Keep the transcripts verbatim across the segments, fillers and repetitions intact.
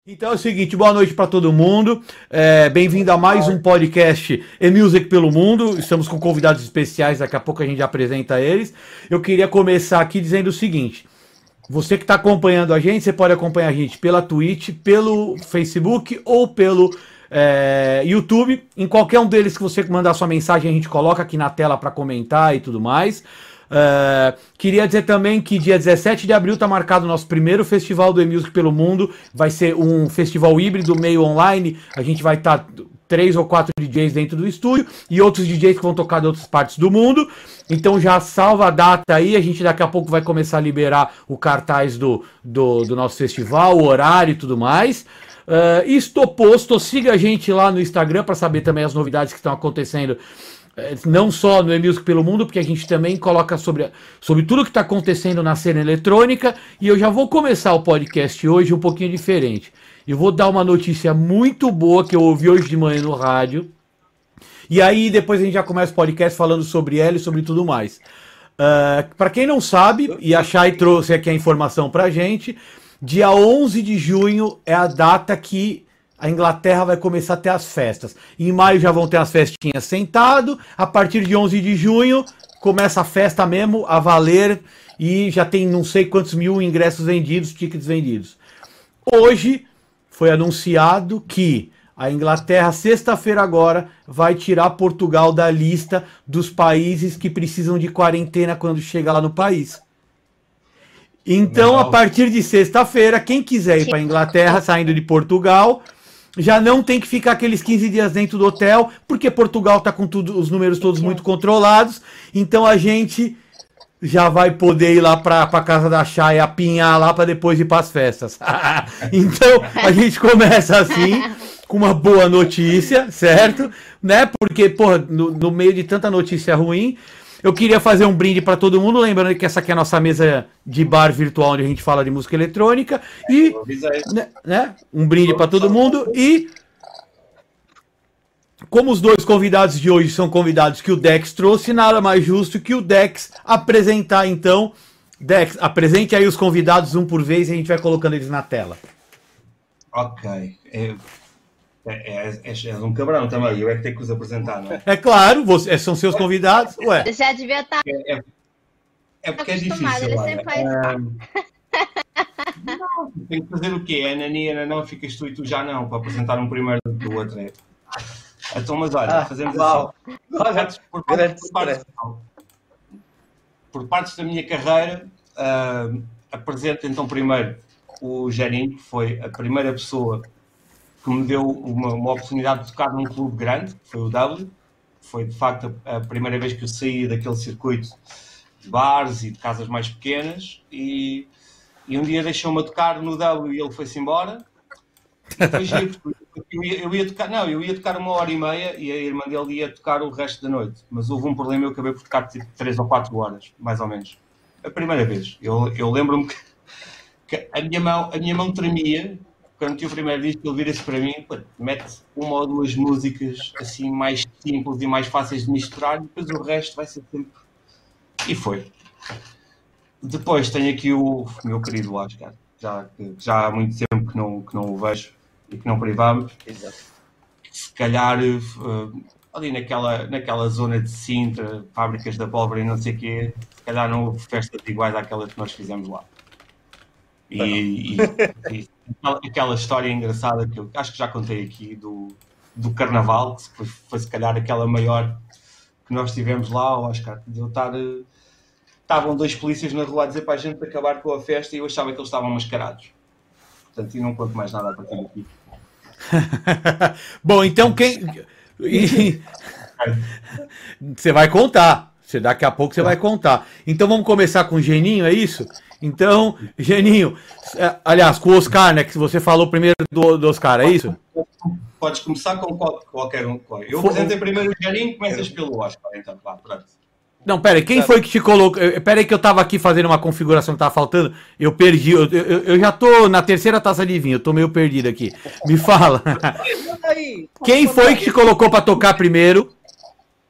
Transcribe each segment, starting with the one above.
Então é o seguinte, boa noite para todo mundo, é, bem-vindo a mais um podcast E-Music pelo Mundo. Estamos com convidados especiais, daqui a pouco a gente apresenta eles. Eu queria começar aqui dizendo o seguinte: você que está acompanhando a gente, você pode acompanhar a gente pela Twitch, pelo Facebook ou pelo é, YouTube. Em qualquer um deles que você mandar sua mensagem, a gente coloca aqui na tela para comentar e tudo mais. Uh, queria dizer também que dia dezessete de abril está marcado o nosso primeiro festival do E-Music pelo Mundo. Vai ser um festival híbrido, meio online. A gente vai estar tá três ou quatro D Js dentro do estúdio e outros D Js que vão tocar de outras partes do mundo. Então já salva a data aí. A gente daqui a pouco vai começar a liberar o cartaz do, do, do nosso festival, o horário e tudo mais. Uh, estou posto, siga a gente lá no Instagram para saber também as novidades que estão acontecendo. Não só no E-Music pelo Mundo, porque a gente também coloca sobre, sobre tudo que está acontecendo na cena eletrônica. E eu já vou começar o podcast hoje um pouquinho diferente. Eu vou dar uma notícia muito boa que eu ouvi hoje de manhã no rádio. E aí depois a gente já começa o podcast falando sobre ela e sobre tudo mais. Uh, para quem não sabe, e a Chay trouxe aqui a informação para a gente, dia onze de junho é a data que a Inglaterra vai começar a ter as festas. Em maio já vão ter as festinhas sentado. A partir de onze de junho começa a festa mesmo a valer. E já tem não sei quantos mil ingressos vendidos, tickets vendidos. Hoje foi anunciado que a Inglaterra, sexta-feira agora, vai tirar Portugal da lista dos países que precisam de quarentena quando chega lá no país. Então, a partir de sexta-feira, quem quiser ir para a Inglaterra, saindo de Portugal, já não tem que ficar aqueles quinze dias dentro do hotel, porque Portugal está com tudo, os números todos muito controlados. Então a gente já vai poder ir lá para a casa da Chay, apinhar lá para depois ir para as festas. Então a gente começa assim, com uma boa notícia, certo? Né? Porque, porra, no, no meio de tanta notícia ruim, eu queria fazer um brinde para todo mundo, lembrando que essa aqui é a nossa mesa de bar virtual, onde a gente fala de música eletrônica. E, né, né, um brinde para todo mundo. E, como os dois convidados de hoje são convidados que o Dex trouxe, nada mais justo que o Dex apresentar, então. Dex, apresente aí os convidados um por vez e a gente vai colocando eles na tela. Ok. É... É, é, é, é um cabrão também, eu é que tenho que os apresentar, não é? É claro, você, são seus convidados, ué. Já devia estar. É, é, é porque é difícil. Ele sempre faz um, não, tem que fazer o quê? A Nani, a não, ficas tu e tu já não, para apresentar um primeiro do outro. É. Então, mas olha, ah, fazemos uau. assim. Por partes, por, partes, por, partes, por partes da minha carreira, uh, apresento então primeiro o Geninho, que foi a primeira pessoa que me deu uma, uma oportunidade de tocar num clube grande, que foi o W. Foi, de facto, a, a primeira vez que eu saí daquele circuito de bares e de casas mais pequenas. E, e um dia deixou-me a tocar no W e ele foi-se embora. E foi giro, eu ia, eu ia tocar, não, eu ia tocar uma hora e meia e a irmã dele ia tocar o resto da noite. Mas houve um problema e eu acabei por tocar tipo três ou quatro horas, mais ou menos. A primeira vez. Eu, eu lembro-me que, que a, minha mão, a minha mão tremia. Quando tinha o primeiro disco, ele vira-se para mim, pô, mete uma ou duas músicas assim mais simples e mais fáceis de misturar, e depois o resto vai ser sempre. E foi. Depois tenho aqui o meu querido Oscar, já, já há muito tempo que não, que não o vejo e que não privamos. Exato. Se calhar uh, ali naquela, naquela zona de Sintra, fábricas da pólvora e não sei o quê, se calhar não houve festas iguais àquelas que nós fizemos lá. E, e, e aquela história engraçada que eu acho que já contei aqui do, do Carnaval, que foi, foi se calhar aquela maior que nós tivemos lá, o Oscar, de eu estar, estavam dois polícias na rua a dizer para a gente acabar com a festa e eu achava que eles estavam mascarados. Portanto, e não conto mais nada a partir daqui. Bom, então quem... Você vai contar. Você, daqui a pouco você vai contar. Então vamos começar com o Geninho, é isso? Então, Geninho, aliás, com o Oscar, né? Que você falou primeiro do, do Oscar, é isso? Podes começar com qual, qualquer um. Eu apresentei primeiro o Geninho, começas pelo Oscar, então, claro, pronto. Não, pera aí, quem foi que te colocou? Pera aí que eu tava aqui fazendo uma configuração que tava faltando, eu perdi, eu, eu, eu já tô na terceira taça de vinho, eu tô meio perdido aqui. Me fala. Quem foi que te colocou pra tocar primeiro?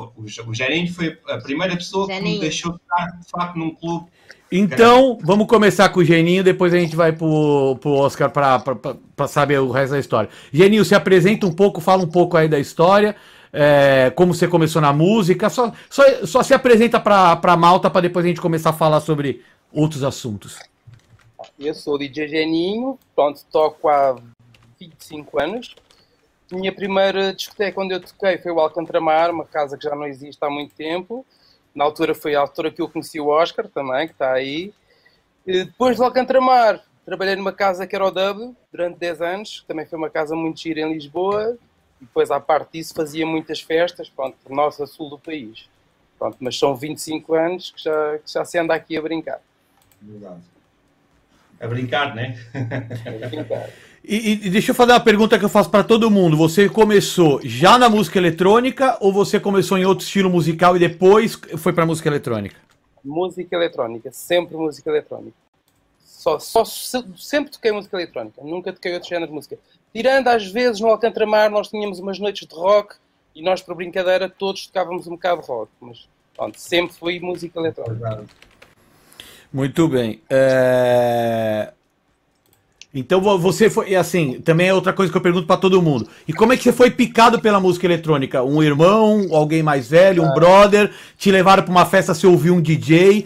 o Geninho foi a primeira pessoa Geninho. que me deixou estar, de facto, num clube. Então, vamos começar com o Geninho, depois a gente vai pro, pro Oscar para saber o resto da história. Geninho, se apresenta um pouco, fala um pouco aí da história, é, como você começou na música, só, só, só se apresenta para a malta para depois a gente começar a falar sobre outros assuntos. Eu sou o D J Geninho, pronto, toco há vinte e cinco anos. Minha primeira discoteca onde eu toquei foi o Alcantramar, uma casa que já não existe há muito tempo. Na altura foi a altura que eu conheci o Oscar também, que está aí. E depois do Alcantramar, trabalhei numa casa que era o W durante dez anos, que também foi uma casa muito gira em Lisboa. E depois, à parte disso, fazia muitas festas, pronto, por norte a sul do país. Pronto, mas são vinte e cinco anos que já, que já se anda aqui a brincar. Verdade. A brincar, né? A brincar. E, e deixa eu fazer uma pergunta que eu faço para todo mundo. Você começou já na música eletrônica ou você começou em outro estilo musical e depois foi para música eletrônica? Música eletrônica, sempre música eletrônica. Só, só sempre toquei música eletrónica, nunca toquei outro género de música. Tirando às vezes no Alcantramar nós tínhamos umas noites de rock e nós por brincadeira todos tocávamos um bocado de rock, mas pronto, sempre foi música eletrónica. Muito bem. É... Então você foi, assim, também é outra coisa que eu pergunto para todo mundo. E como é que você foi picado pela música eletrônica? Um irmão, alguém mais velho, um ah. brother, te levaram para uma festa, você ouviu um D J?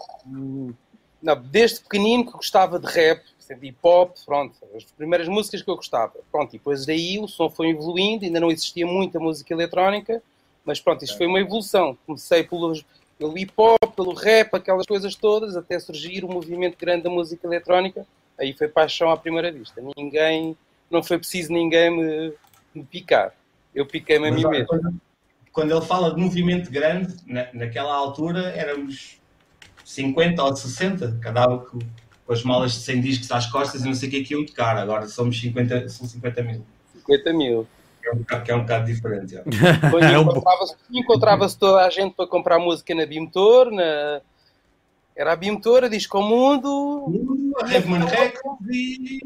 Não, desde pequenino que gostava de rap, de hip hop, pronto, as primeiras músicas que eu gostava. Pronto, e depois daí o som foi evoluindo, ainda não existia muita música eletrónica, mas pronto, isto foi uma evolução. Comecei pelo, pelo hip hop, pelo rap, aquelas coisas todas, até surgir um movimento grande da música eletrónica. Aí foi paixão à primeira vista. Ninguém, não foi preciso ninguém me, me picar. Eu piquei-me a mim mesmo. Quando, quando ele fala de movimento grande, na, naquela altura éramos cinquenta ou sessenta, cada um com, com as malas de cem discos às costas e não sei o que é que iam tocar. Agora somos cinquenta, são cinquenta mil. cinquenta mil. É um, que é um bocado diferente. Já. Encontrava-se encontrava toda a gente para comprar música na Bimtor, na... Era a Bimtor, a Disco Mundo... A Redman Records e...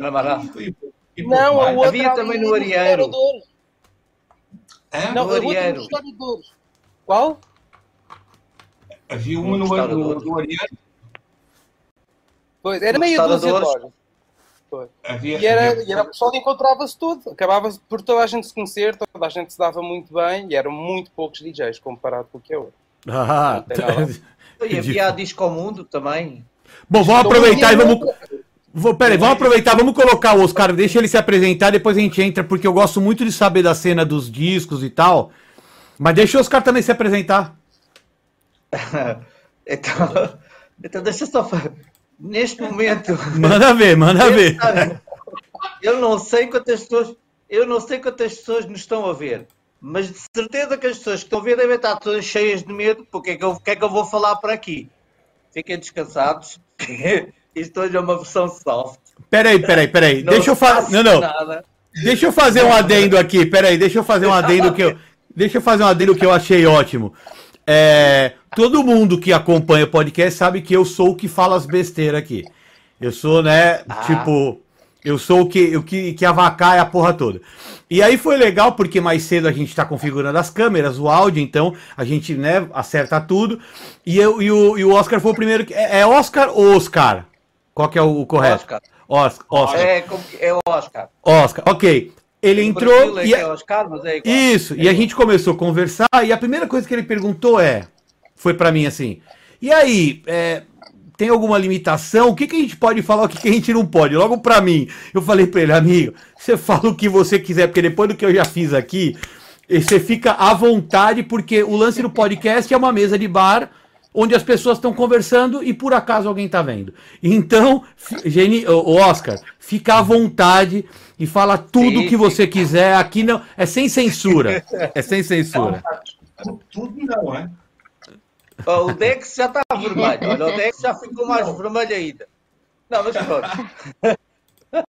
Não, a outra havia também no Arieiro. É? Não, no Arieiro. Qual? Havia uma no, no, no Arieiro. Pois, era meia dúzia de lojas. Havia, e era, havia... e era o pessoal encontrava-se tudo. Acabava por toda a gente se conhecer, toda a gente se dava muito bem e eram muito poucos D Js comparado com o que é hoje. Ah, e havia a Disco Mundo também. Bom, vamos aproveitar e vamos... Vou, peraí, vamos aproveitar, vamos colocar o Oscar, deixa ele se apresentar, depois a gente entra, porque eu gosto muito de saber da cena dos discos e tal. Mas deixa o Oscar também se apresentar. então, então, deixa só... Neste momento... Manda ver, manda ver. Eu não sei quantas pessoas... Eu não sei quantas pessoas nos estão a ver. Mas de certeza que as pessoas que estão a ver devem estar todas cheias de medo, porque é que eu, que é que eu vou falar por aqui? Fiquem descansados. Isto hoje é uma versão soft. Peraí, peraí, peraí. Não deixa eu fazer. Não, não. Nada. Deixa eu fazer um adendo aqui. Peraí, deixa eu fazer um adendo que eu. Deixa eu fazer um adendo que eu achei ótimo. É, todo mundo que acompanha o podcast sabe que eu sou o que fala as besteiras aqui. Eu sou, né, ah. tipo. Eu sou o que, o que, que avacalha a porra toda. E aí foi legal porque mais cedo a gente está configurando as câmeras, o áudio, então a gente, né, acerta tudo. E, eu, e, o, e o Oscar foi o primeiro. Que, é, é Oscar ou Oscar? Qual que é o, o correto? Oscar. Oscar. Oscar. É, é Oscar. Oscar, ok. Ele entrou. É e é Oscar, mas é igual. Isso, é e a gente começou a conversar. E a primeira coisa que ele perguntou é: foi para mim assim, e aí, é. Tem alguma limitação? O que, que a gente pode falar, o que, que a gente não pode? Logo pra mim, eu falei pra ele, amigo, você fala o que você quiser, porque depois do que eu já fiz aqui, você fica à vontade, porque o lance do podcast é uma mesa de bar, onde as pessoas estão conversando e por acaso alguém tá vendo. Então, Geni, o Oscar, fica à vontade e fala tudo o que você quiser. Aqui não, é sem censura. É sem censura. Tudo não, é? Oh, o Dex já está vermelho. Olha, o Dex já ficou mais vermelho ainda. Não, mas pronto.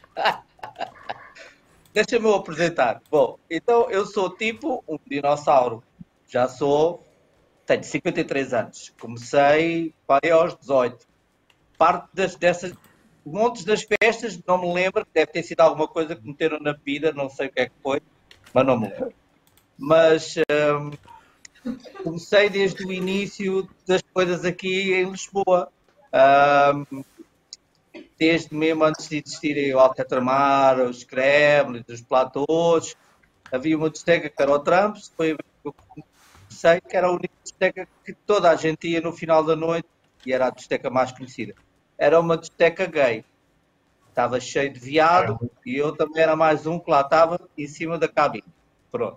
Deixa-me eu apresentar. Bom, então eu sou tipo um dinossauro. Já sou... Tenho cinquenta e três anos. Comecei para aos dezoito. Parte das, dessas... Montes das festas, não me lembro. Deve ter sido alguma coisa que meteram na vida. Não sei o que é que foi. Mas não me lembro. Mas... Hum, comecei desde o início das coisas aqui em Lisboa. Um, desde mesmo antes de existirem o Alcatramar, os Scrabble, os platôs, havia uma discoteca que era o Trumps, foi que eu comecei, que era a única discoteca que toda a gente ia no final da noite, e era a discoteca mais conhecida. Era uma discoteca gay. Estava cheio de viado, é. E eu também era mais um que lá estava em cima da cabine. Pronto.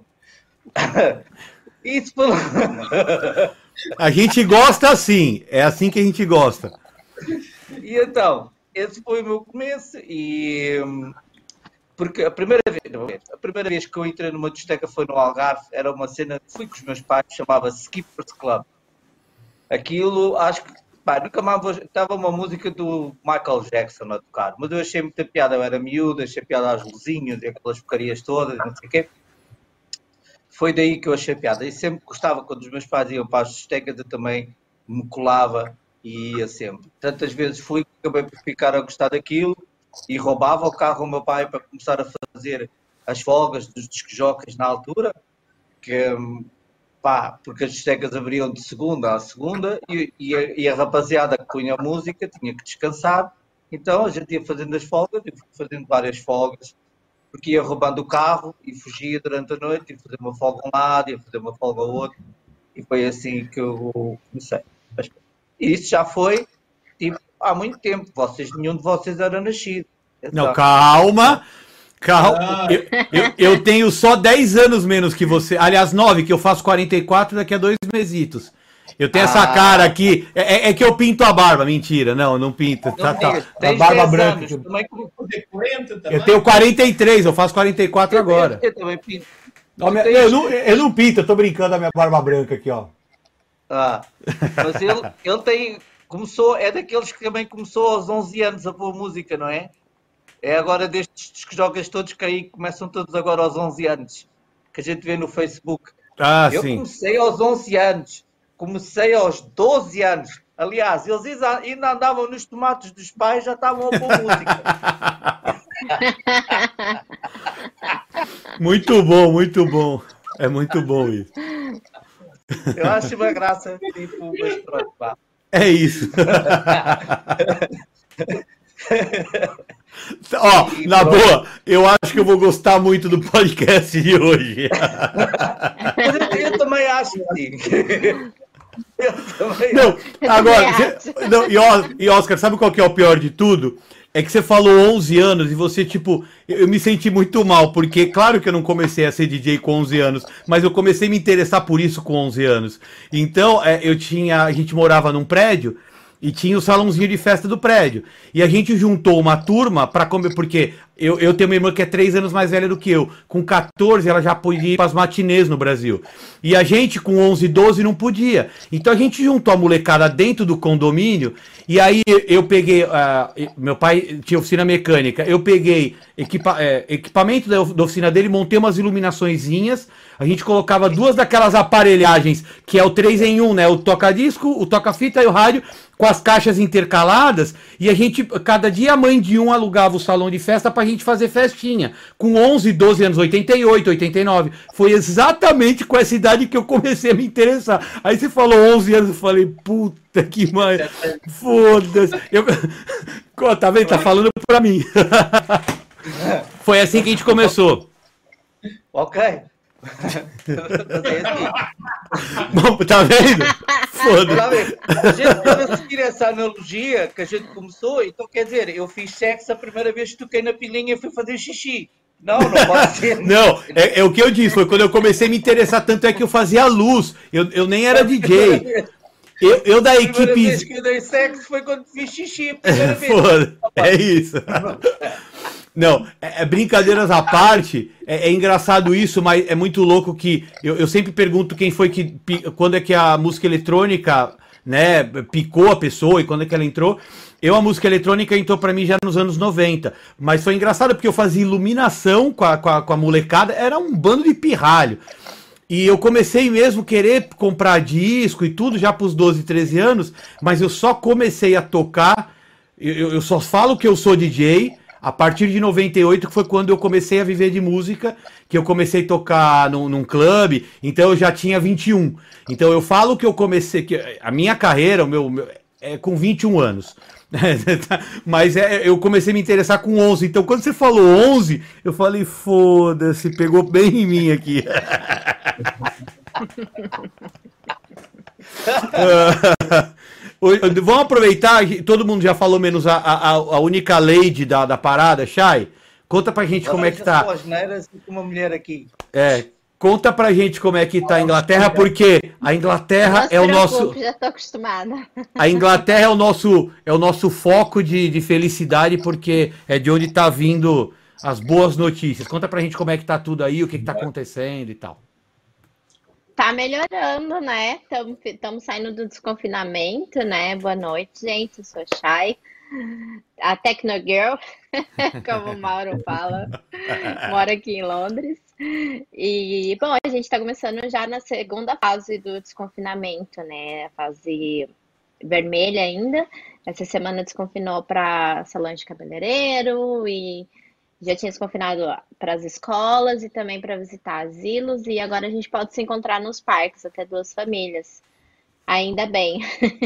Isso foi... A gente gosta assim, é assim que a gente gosta. E então, esse foi o meu começo, e porque a primeira vez, a primeira vez que eu entrei numa discoteca foi no Algarve, era uma cena, fui com os meus pais, chamava-se Skippers Club. Aquilo, acho que, pá, nunca mais vou, estava uma música do Michael Jackson a tocar, mas eu achei muita piada, eu era miúdo, achei piada às luzinhas e aquelas porcarias todas, não sei o quê. Foi daí que eu achei piada, e sempre gostava, quando os meus pais iam para as discotecas, eu também me colava e ia sempre. Tantas vezes fui que acabei por ficar a gostar daquilo e roubava o carro ao meu pai para começar a fazer as folgas dos discjockeys na altura, que, pá, porque as discotecas abriam de segunda a segunda e, e, a, e a rapaziada que punha a música tinha que descansar, então a gente ia fazendo as folgas, e fui fazendo várias folgas, porque ia roubando o carro e fugia durante a noite, ia fazer uma folga a um lado, ia fazer uma folga ao outro, e foi assim que eu comecei. Mas, e isso já foi, tipo, há muito tempo. Vocês, nenhum de vocês era nascido. Não, calma. Calma. Ah. Eu, eu, eu tenho só dez anos menos que você. Aliás, nove, que eu faço quarenta e quatro daqui a dois mesitos. Eu tenho ah. essa cara aqui. É, é que eu pinto a barba. Mentira, não, não pinta. Não, tá, tá. A barba branca. Anos, também, eu tenho quarenta e três, eu faço quarenta e quatro eu agora. Eu, eu também pinto. Não, eu, eu, não, eu não pinto, eu tô brincando a minha barba branca aqui, ó. Ah, mas ele, ele tem, começou, é daqueles que também começou aos onze anos a pôr música, não é? É agora destes que jogas todos que aí começam todos agora aos onze anos, que a gente vê no Facebook. Ah, eu sim. comecei aos onze anos, comecei aos doze anos. Aliás, eles ainda andavam nos tomates dos pais, já estavam a pôr música. Muito bom, muito bom. É muito bom isso. Eu acho uma graça, tipo, mas pronto, pá. É isso. Ó, e na pronto. Boa, eu acho que eu vou gostar muito do podcast de hoje. eu, eu também acho que sim. Eu também não, acho. Agora, você, não, e Oscar, sabe qual que é o pior de tudo? É que você falou onze anos e você, tipo, eu me senti muito mal, porque claro que eu não comecei a ser D J com onze anos, mas eu comecei a me interessar por isso com onze anos. Então, é, eu tinha, a gente morava num prédio e tinha o salãozinho de festa do prédio. E a gente juntou uma turma para comer, porque eu, eu tenho uma irmã que é três anos mais velha do que eu. Com quatorze, ela já podia ir para as matinês no Brasil. E a gente, com onze, doze, não podia. Então a gente juntou a molecada dentro do condomínio. E aí eu peguei, uh, meu pai tinha oficina mecânica, eu peguei equipa é, equipamento da, da oficina dele, montei umas iluminaçõezinhas, a gente colocava duas daquelas aparelhagens, que é o três em um, né, o toca-disco, o toca-fita e o rádio, com as caixas intercaladas, e a gente, cada dia a mãe de um alugava o salão de festa pra gente fazer festinha, com onze, doze anos, oitenta e oito, oitenta e nove, foi exatamente com essa idade que eu comecei a me interessar. Aí você falou onze anos, eu falei, puta que mãe, foda-se. Eu... Tá vendo? Tá falando pra mim. Foi assim que a gente começou. Ok. Bom, tá vendo? Foda-se. A gente pode seguir essa analogia que a gente começou, então quer dizer, eu fiz sexo a primeira vez que toquei na pilinha e fui fazer xixi. Não, não pode ser. Não, é, é o que eu disse, foi quando eu comecei a me interessar, tanto é que eu fazia luz, eu, eu nem era D J. Eu, eu da equipe. A primeira vez que eu dei sexo foi quando fiz xixi. A primeira vez. Foda, é isso. Não, é, é brincadeiras à parte, é, é engraçado isso, mas é muito louco que eu, eu sempre pergunto quem foi que, quando é que a música eletrônica, né, picou a pessoa e quando é que ela entrou. Eu, a música eletrônica entrou pra mim já nos anos noventa, mas foi engraçado porque eu fazia iluminação com a, com a, com a molecada, era um bando de pirralho. E eu comecei mesmo a querer comprar disco e tudo já pros doze, treze anos, mas eu só comecei a tocar, eu, eu só falo que eu sou D J... A partir de noventa e oito, que foi quando eu comecei a viver de música, que eu comecei a tocar num, num clube, então eu já tinha vinte e um. Então eu falo que eu comecei, que a minha carreira, o meu, meu é com vinte e um anos. Mas é, eu comecei a me interessar com onze. Então quando você falou onze, eu falei, foda-se, pegou bem em mim aqui. uh, vamos aproveitar, todo mundo já falou, menos a, a, a única lady da, da parada, Chay. Conta pra gente como é que tá. Uma mulher aqui. É, conta pra gente como é que tá a Inglaterra, porque a Inglaterra é o nosso. Já tô acostumada. A Inglaterra é o nosso, é o nosso foco de, de felicidade, porque é de onde tá vindo as boas notícias. Conta pra gente como é que tá tudo aí, o que que tá acontecendo e tal. Tá melhorando, né? Estamos saindo do desconfinamento, né? Boa noite, gente. Eu sou a Chay, a Techno Girl, como o Mauro fala. Moro aqui em Londres. E, bom, a gente está começando já na segunda fase do desconfinamento, né? A fase vermelha ainda. Essa semana desconfinou para salão de cabeleireiro e já tinha desconfinado para as escolas e também para visitar asilos, e agora a gente pode se encontrar nos parques, até duas famílias. Ainda bem.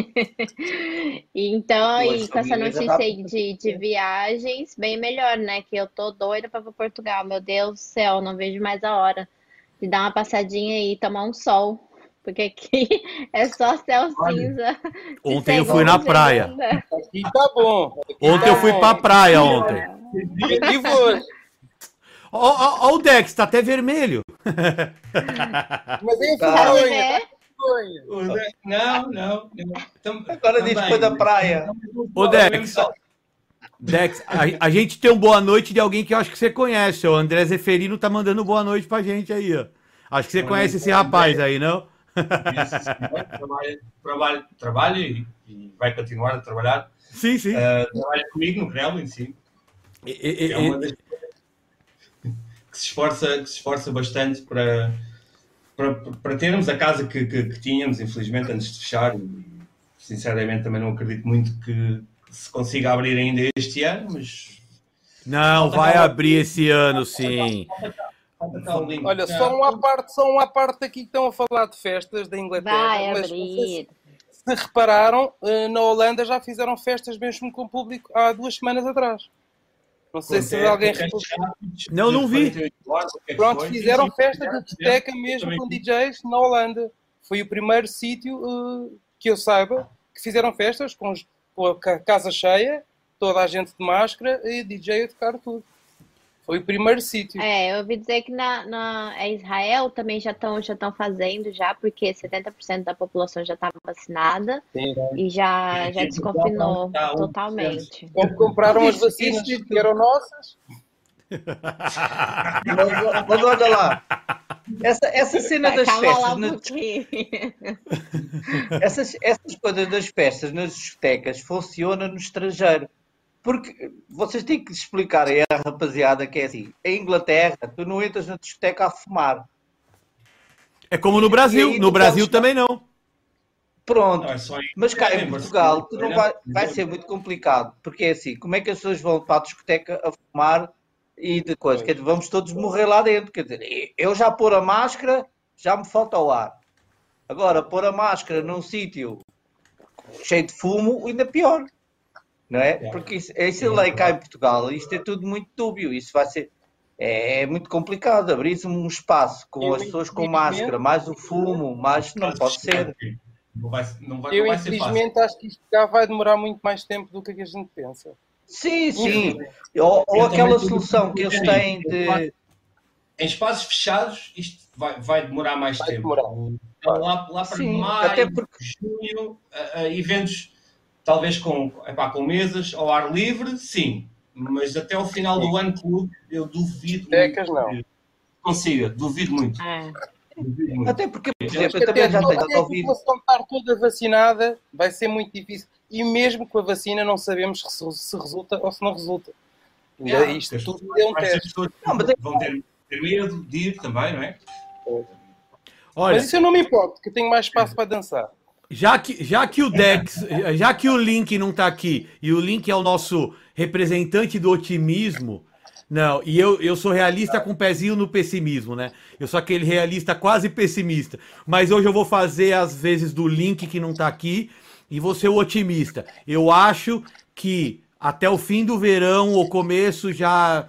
Então, e com essa notícia aí de, de viagens, bem melhor, né? Que eu tô doida para Portugal. Meu Deus do céu, não vejo mais a hora de dar uma passadinha aí e tomar um sol. Porque aqui é só céu cinza. Ontem eu fui na praia. Aqui tá bom. Aqui ontem tá eu fui bom. pra praia ontem. E vou. Ó, ó, o Dex, tá até vermelho. Mas é Tá vergonha. Não, não. não. Tam, Agora diz que foi da praia. Ô, Dex, Dex a, a gente tem um boa noite de alguém que eu acho que você conhece. O André Zeferino tá mandando boa noite pra gente aí, ó. Acho que você conhece esse rapaz aí, não? Isso, trabalho, trabalho, trabalho e, e vai continuar a trabalhar. Sim, sim. Uh, trabalha comigo no Kremlin, sim. E, e, é uma das que se esforça, que se esforça bastante para, para, para termos a casa que, que, que tínhamos, infelizmente, antes de fechar. E, sinceramente, também não acredito muito que se consiga abrir ainda este ano, mas... Não, vai abrir esse ano, sim. Olha, só uma parte, só uma parte aqui que estão a falar de festas da Inglaterra. Vai mas abrir. Se repararam, na Holanda já fizeram festas mesmo com o público há duas semanas atrás. Não sei se alguém... Não, não vi. Pronto, fizeram festa de discoteca mesmo com D Js na Holanda. Foi o primeiro sítio uh, que eu saiba que fizeram festas com, com a casa cheia, toda a gente de máscara e D J a tocar tudo. Foi o primeiro sítio. É, eu ouvi dizer que na, na é Israel também já estão já estão fazendo já, porque setenta por cento da população já estava vacinada. Sim, e já, já desconfinou tá, totalmente. Como compraram as vacinas que eram nossas. mas, mas olha lá, essa, essa cena das Calma festas... Lá um nas... essas, essas coisas das festas nas discotecas funcionam no estrangeiro. Porque vocês têm que explicar aí a rapaziada que é assim, em Inglaterra, tu não entras na discoteca a fumar. É como no Brasil, no Brasil também não. Pronto, não, é só... mas cá em Portugal tu não vai, vai ser muito complicado, porque é assim, como é que as pessoas vão para a discoteca a fumar e de coisa? Quer dizer, vamos todos morrer lá dentro, quer dizer, eu já pôr a máscara, já me falta o ar. Agora, pôr a máscara num sítio cheio de fumo, ainda pior. Não é? Porque isso, esse lei cá em Portugal, isto é tudo muito dúbio, isso vai ser, é, é muito complicado, abrir-se um espaço com as pessoas com máscara, mais o fumo, mais não pode ser. Não vai, não vai, eu, não vai ser infelizmente, fácil. acho que isto já vai demorar muito mais tempo do que a gente pensa. Sim, sim. Ou, ou aquela solução que eles têm de... Em espaços fechados, isto vai, vai demorar mais vai tempo. Demorar. Lá, lá para sim, maio, até porque... junho, uh, uh, eventos... Talvez com, epá, com mesas ao ar livre, sim. Mas até ao final do ano, clube, eu duvido Decas, muito não. que consiga. Duvido muito. É. Duvido muito. Até porque, por Acho exemplo, Até eu também já a tenho ouvido... população estar toda vacinada vai ser muito difícil. E mesmo com a vacina não sabemos se resulta ou se não resulta. Yeah, isto as tudo pessoas- é um vai ser teste. pessoas que Não, mas é- vão ter, ter medo de ir também, não é? Olha, Mas isso eu não me importo, que eu tenho mais espaço para dançar. Já que, já que o Dex, já que o Link não tá aqui, e o Link é o nosso representante do otimismo, não, e eu, eu sou realista com um pezinho no pessimismo, né? Eu sou aquele realista quase pessimista. Mas hoje eu vou fazer as vezes do Link que não tá aqui, e vou ser o otimista. Eu acho que até o fim do verão, ou começo já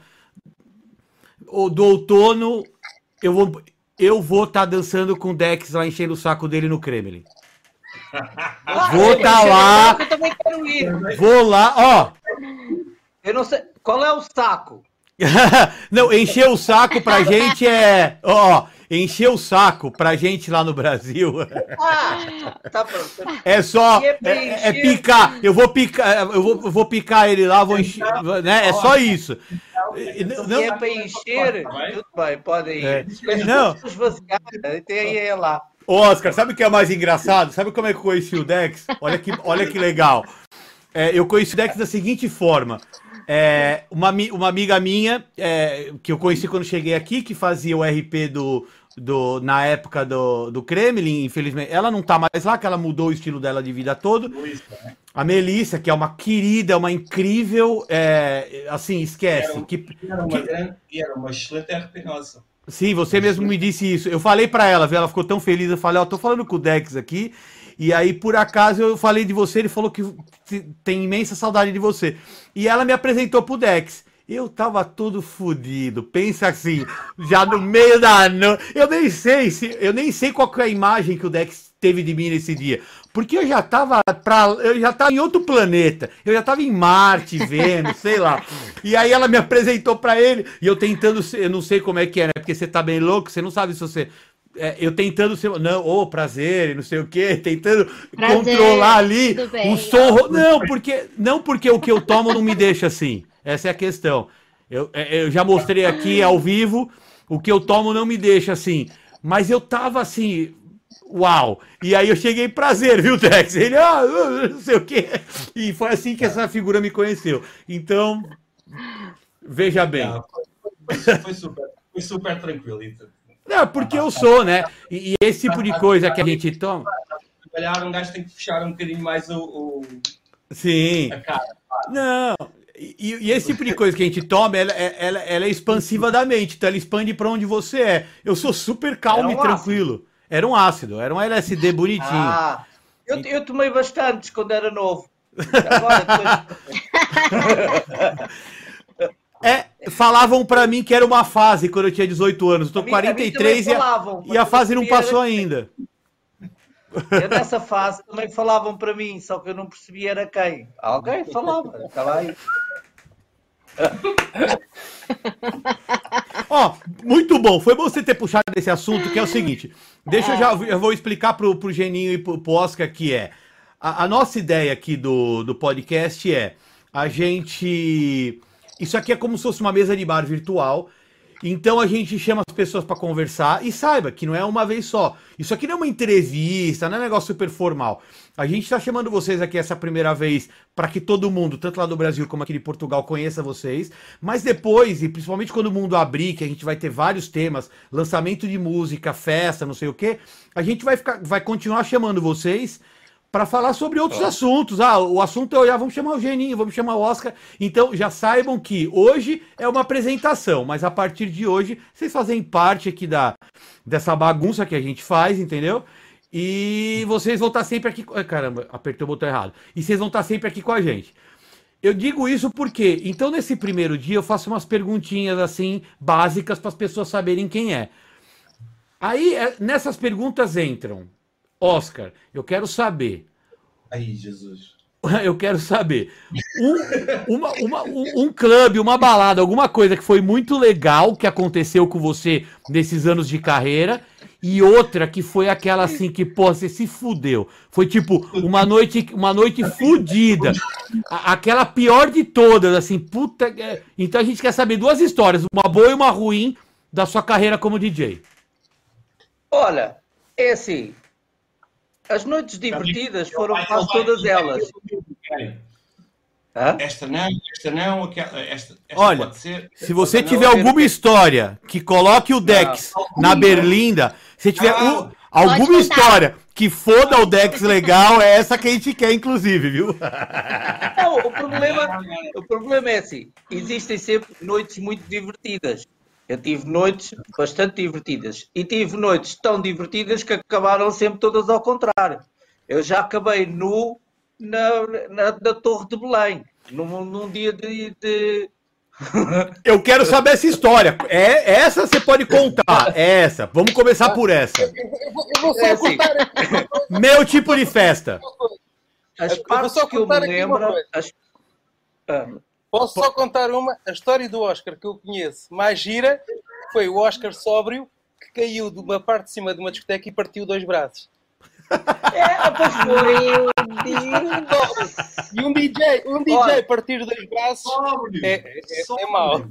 ou do outono, eu vou eu vou estar tá dançando com o Dex lá, enchendo o saco dele no Kremlin. Vou estar tá lá. Eu também quero ir. Vou lá, ó. Eu não sei. Qual é o saco? Não, encher o saco pra gente é. Ó, encher o saco pra gente lá no Brasil. Ah, tá pronto. É só. É, é, é picar. Eu vou picar. Eu vou, eu vou picar ele lá, vou encher. Né? É só isso. Não, se é para encher, tudo bem, podem ir. É. Não. Tem aí lá. Ô, Oscar, sabe o que é mais engraçado? Sabe como é que eu conheci o Dex? Olha que, olha que legal. É, eu conheci o Dex da seguinte forma. É, uma, uma amiga minha, é, que eu conheci quando cheguei aqui, que fazia o R P do, do, na época do, do Kremlin, infelizmente. Ela não tá mais lá, que ela mudou o estilo dela de vida todo. A Melissa, que é uma querida, uma incrível, é, assim, esquece. Era, que, era, uma que... grande, era uma excelente R P nossa. Sim, você mesmo me disse isso. Eu falei pra ela, ela ficou tão feliz. Eu falei, ó, oh, tô falando com o Dex aqui. E aí, por acaso, eu falei de você. Ele falou que tem imensa saudade de você. E ela me apresentou pro Dex. Eu tava todo fodido. Pensa assim, já no meio da noite. Eu nem sei se, eu nem sei qual que é a imagem que o Dex teve de mim nesse dia. Porque eu já tava pra, eu já tava em outro planeta. Eu já tava em Marte, Vênus, sei lá. E aí ela me apresentou pra ele. E eu tentando, eu não sei como é que é, né? Porque você tá bem louco, você não sabe se você... É, eu tentando ser... Não, ô, oh, prazer, não sei o quê. Tentando prazer, controlar ali o som... Não, porque, não porque o que eu tomo não me deixa assim. Essa é a questão. Eu, eu já mostrei aqui ao vivo. O que eu tomo não me deixa assim. Mas eu tava assim... Uau! E aí eu cheguei, prazer, viu, Dex? Ele, ah, não sei o quê. E foi assim que essa figura me conheceu. Então, veja bem. Não, foi, foi, super, foi super tranquilo. Não, porque eu sou, né? E, e esse tipo de coisa que a gente toma... Trabalhar, um gajo tem que fechar um bocadinho mais o... o... Sim. A cara. Não... E, e esse tipo de coisa que a gente toma, ela, ela, ela é expansiva da mente, então ela expande para onde você é. Eu sou super calmo um e tranquilo. Ácido. Era um ácido, era um L S D bonitinho. Ah, eu, eu tomei bastante quando era novo. Agora, depois... é, falavam pra mim que era uma fase quando eu tinha dezoito anos. Eu tô com quarenta e três e, falavam, e a fase não passou era... ainda. Eu nessa fase também falavam para mim, só que eu não percebia era quem. Alguém falava, estava aí. Ó, oh, muito bom. Foi bom você ter puxado esse assunto, que é o seguinte. Deixa eu já eu vou explicar pro, pro Geninho e pro, pro Oscar que é. A, a nossa ideia aqui do, do podcast é a gente... Isso aqui é como se fosse uma mesa de bar virtual. Então a gente chama as pessoas para conversar e saiba que não é uma vez só. Isso aqui não é uma entrevista, não é um negócio super formal. A gente está chamando vocês aqui essa primeira vez para que todo mundo, tanto lá do Brasil como aqui de Portugal, conheça vocês. Mas depois, e principalmente quando o mundo abrir, que a gente vai ter vários temas, lançamento de música, festa, não sei o quê, a gente vai, ficar, vai continuar chamando vocês para falar sobre outros ah. assuntos. Ah, o assunto é, já vamos chamar o Geninho, vamos chamar o Oscar. Então já saibam que hoje é uma apresentação, mas a partir de hoje vocês fazem parte aqui da, dessa bagunça que a gente faz, entendeu? E vocês vão estar sempre aqui... Caramba, apertei o botão errado. E vocês vão estar sempre aqui com a gente. Eu digo isso porque, então nesse primeiro dia eu faço umas perguntinhas assim, básicas para as pessoas saberem quem é. Aí nessas perguntas entram... Oscar, eu quero saber. Aí, Jesus. Eu quero saber. Um, uma, uma, um, um clube, uma balada, alguma coisa que foi muito legal que aconteceu com você nesses anos de carreira. E outra que foi aquela assim que, pô, você se fudeu. Foi tipo uma noite, uma noite fudida. A, aquela pior de todas, assim, puta. Então a gente quer saber duas histórias, uma boa e uma ruim, da sua carreira como D J. Olha, é assim. As noites divertidas foram quase todas elas. Hã? Esta não, esta não, esta, esta Olha, pode ser. Se você tiver alguma história que coloque o Dex não, na Berlinda, se tiver um, Alguma história que foda o Dex legal é essa que a gente quer, inclusive, viu? Não, o problema, o problema é assim, existem sempre noites muito divertidas. Eu tive noites bastante divertidas e tive noites tão divertidas que acabaram sempre todas ao contrário. Eu já acabei nu na, na, na Torre de Belém, num, num dia de... de... Eu quero saber essa história. É, essa você pode contar. É essa. Vamos começar por essa. Eu vou só É assim. contar. Meu tipo de festa. As Eu vou partes só que eu me contar aqui uma lembro... coisa. As... Ah, Posso só contar uma? A história do Oscar que eu conheço mais gira foi o Oscar sóbrio que caiu de uma parte de cima de uma discoteca e partiu dois braços. é, pois foi. Meu Deus. E um D J, um D J Olha. partir dois braços Sóbrio. é, é, é mau.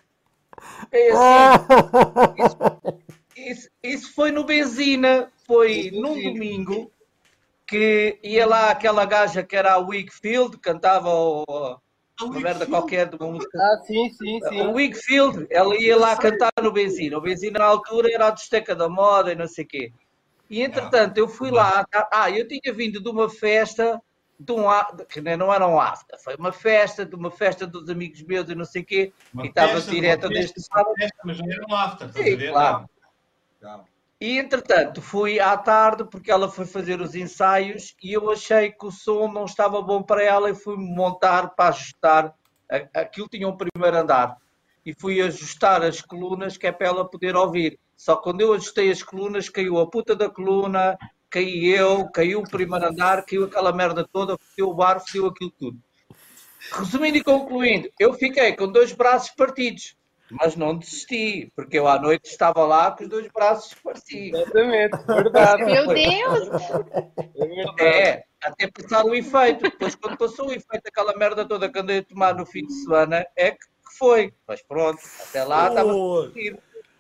É assim, isso, isso, isso foi no Benzina, foi num domingo que ia lá aquela gaja que era a Wakefield, cantava o, uma merda qualquer de uma música. Ah, sim, sim, sim. O Wakefield, ela ia lá cantar no Benzina. O Benzina na altura era a discoteca da moda e não sei o quê. E entretanto eu fui lá, ah, eu tinha vindo de uma festa, de um, que não era um after, foi uma festa, de uma festa dos amigos meus e não sei o quê, Uma e estava festa, direta uma deste festa, sábado. uma festa, mas não era um after, estás Sim, a ver? claro. Não. E entretanto fui à tarde porque ela foi fazer os ensaios e eu achei que o som não estava bom para ela e fui-me montar para ajustar. Aquilo tinha um primeiro andar e fui ajustar as colunas que é para ela poder ouvir. Só que quando eu ajustei as colunas caiu a puta da coluna, caí eu, caiu o primeiro andar, caiu aquela merda toda, fodeu o bar, fodeu aquilo tudo. Resumindo e concluindo, eu fiquei com dois braços partidos. Mas não desisti, porque eu à noite estava lá com os dois braços partidos. Exatamente, verdade. Meu Deus. É verdade. É, até passar o efeito. Depois, quando passou o efeito, aquela merda toda que andei a tomar no fim de semana, é que foi. Mas pronto, até lá estava Oh. partido.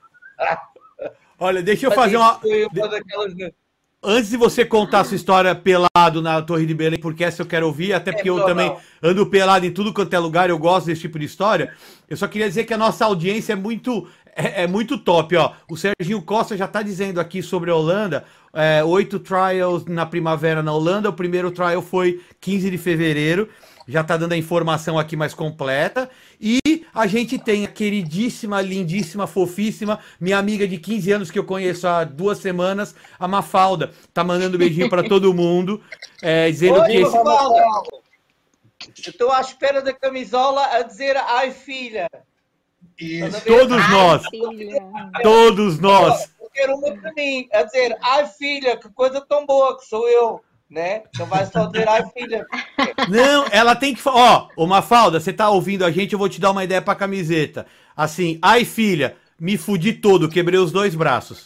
Olha, deixa eu Mas fazer isso uma. foi uma daquelas... Antes de você contar a sua história pelado na Torre de Belém, porque essa eu quero ouvir, até porque É, eu não, também não. ando pelado em tudo quanto é lugar, eu gosto desse tipo de história. Eu só queria dizer que a nossa audiência é muito, é, é muito top, ó. O Serginho Costa já tá dizendo aqui sobre a Holanda, é, oito trials na primavera na Holanda, o primeiro trial foi quinze de fevereiro, já tá dando a informação aqui mais completa. E a gente tem a queridíssima, lindíssima, fofíssima, minha amiga de quinze anos que eu conheço há duas semanas, a Mafalda. Tá mandando beijinho pra todo mundo, é, dizendo Oi, que esse... Mafalda. Eu estou à espera da camisola a dizer ai filha. Isso. Todos nós, Filha. todos nós. Eu quero uma para mim, a dizer ai filha, que coisa tão boa que sou eu. Né? Não vai só dizer ai filha. Não, ela tem que... fa- Ó, ô Mafalda, você tá ouvindo a gente, eu vou te dar uma ideia pra camiseta. Assim, ai filha, me fudi todo, quebrei os dois braços.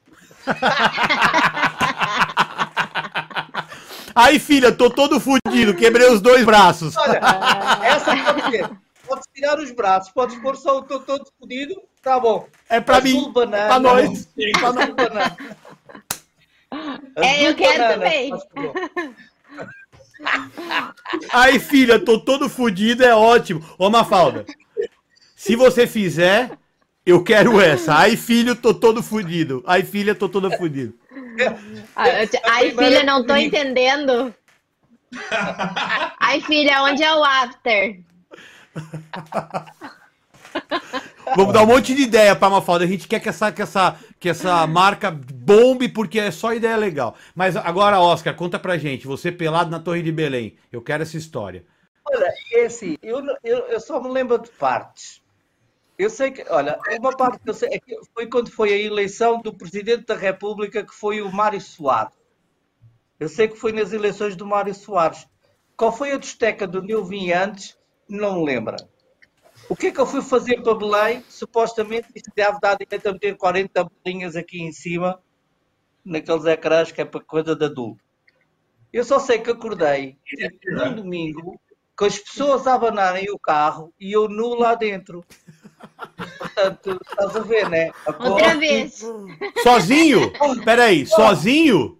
Ai filha, tô todo fudido, quebrei os dois braços. Olha, essa pode ser. Podes tirar os braços, podes pôr só o tô todo fodido, tá bom. É pra Azul mim, banana, é pra nós. Pra nós. Azul banana. É, eu Azul quero banana, também. faz favor. Ai, filha, tô todo fudido, é ótimo. Ô, Mafalda, se você fizer, eu quero essa. Ai, filho, tô todo fudido. Ai, filha, tô todo fudido. Ah, eu te- Ai, filha, não tô entendendo. Ai, filha, onde é o after? Vamos dar um monte de ideia pra Mafalda. A gente quer que essa, que essa, que essa marca bombe, porque é só ideia legal. Mas agora, Oscar, conta pra gente. Você pelado na Torre de Belém. Eu quero essa história. Olha, é assim, eu, não- eu, eu só me lembro de partes. Eu sei que, olha, uma parte que eu sei é que foi quando foi a eleição do Presidente da República, que foi o Mário Soares. Eu sei que foi nas eleições do Mário Soares. Qual foi a discoteca de onde eu vim antes? Não me lembro. O que é que eu fui fazer para Belém? Supostamente isto deve dar direito a meter quarenta bolinhas aqui em cima, naqueles ecrãs que é para coisa de adulto. Eu só sei que acordei num domingo com as pessoas a abanarem o carro e eu nu lá dentro. Portanto, estás a ver, né? Acordo- Outra vez. Sozinho? Peraí, sozinho?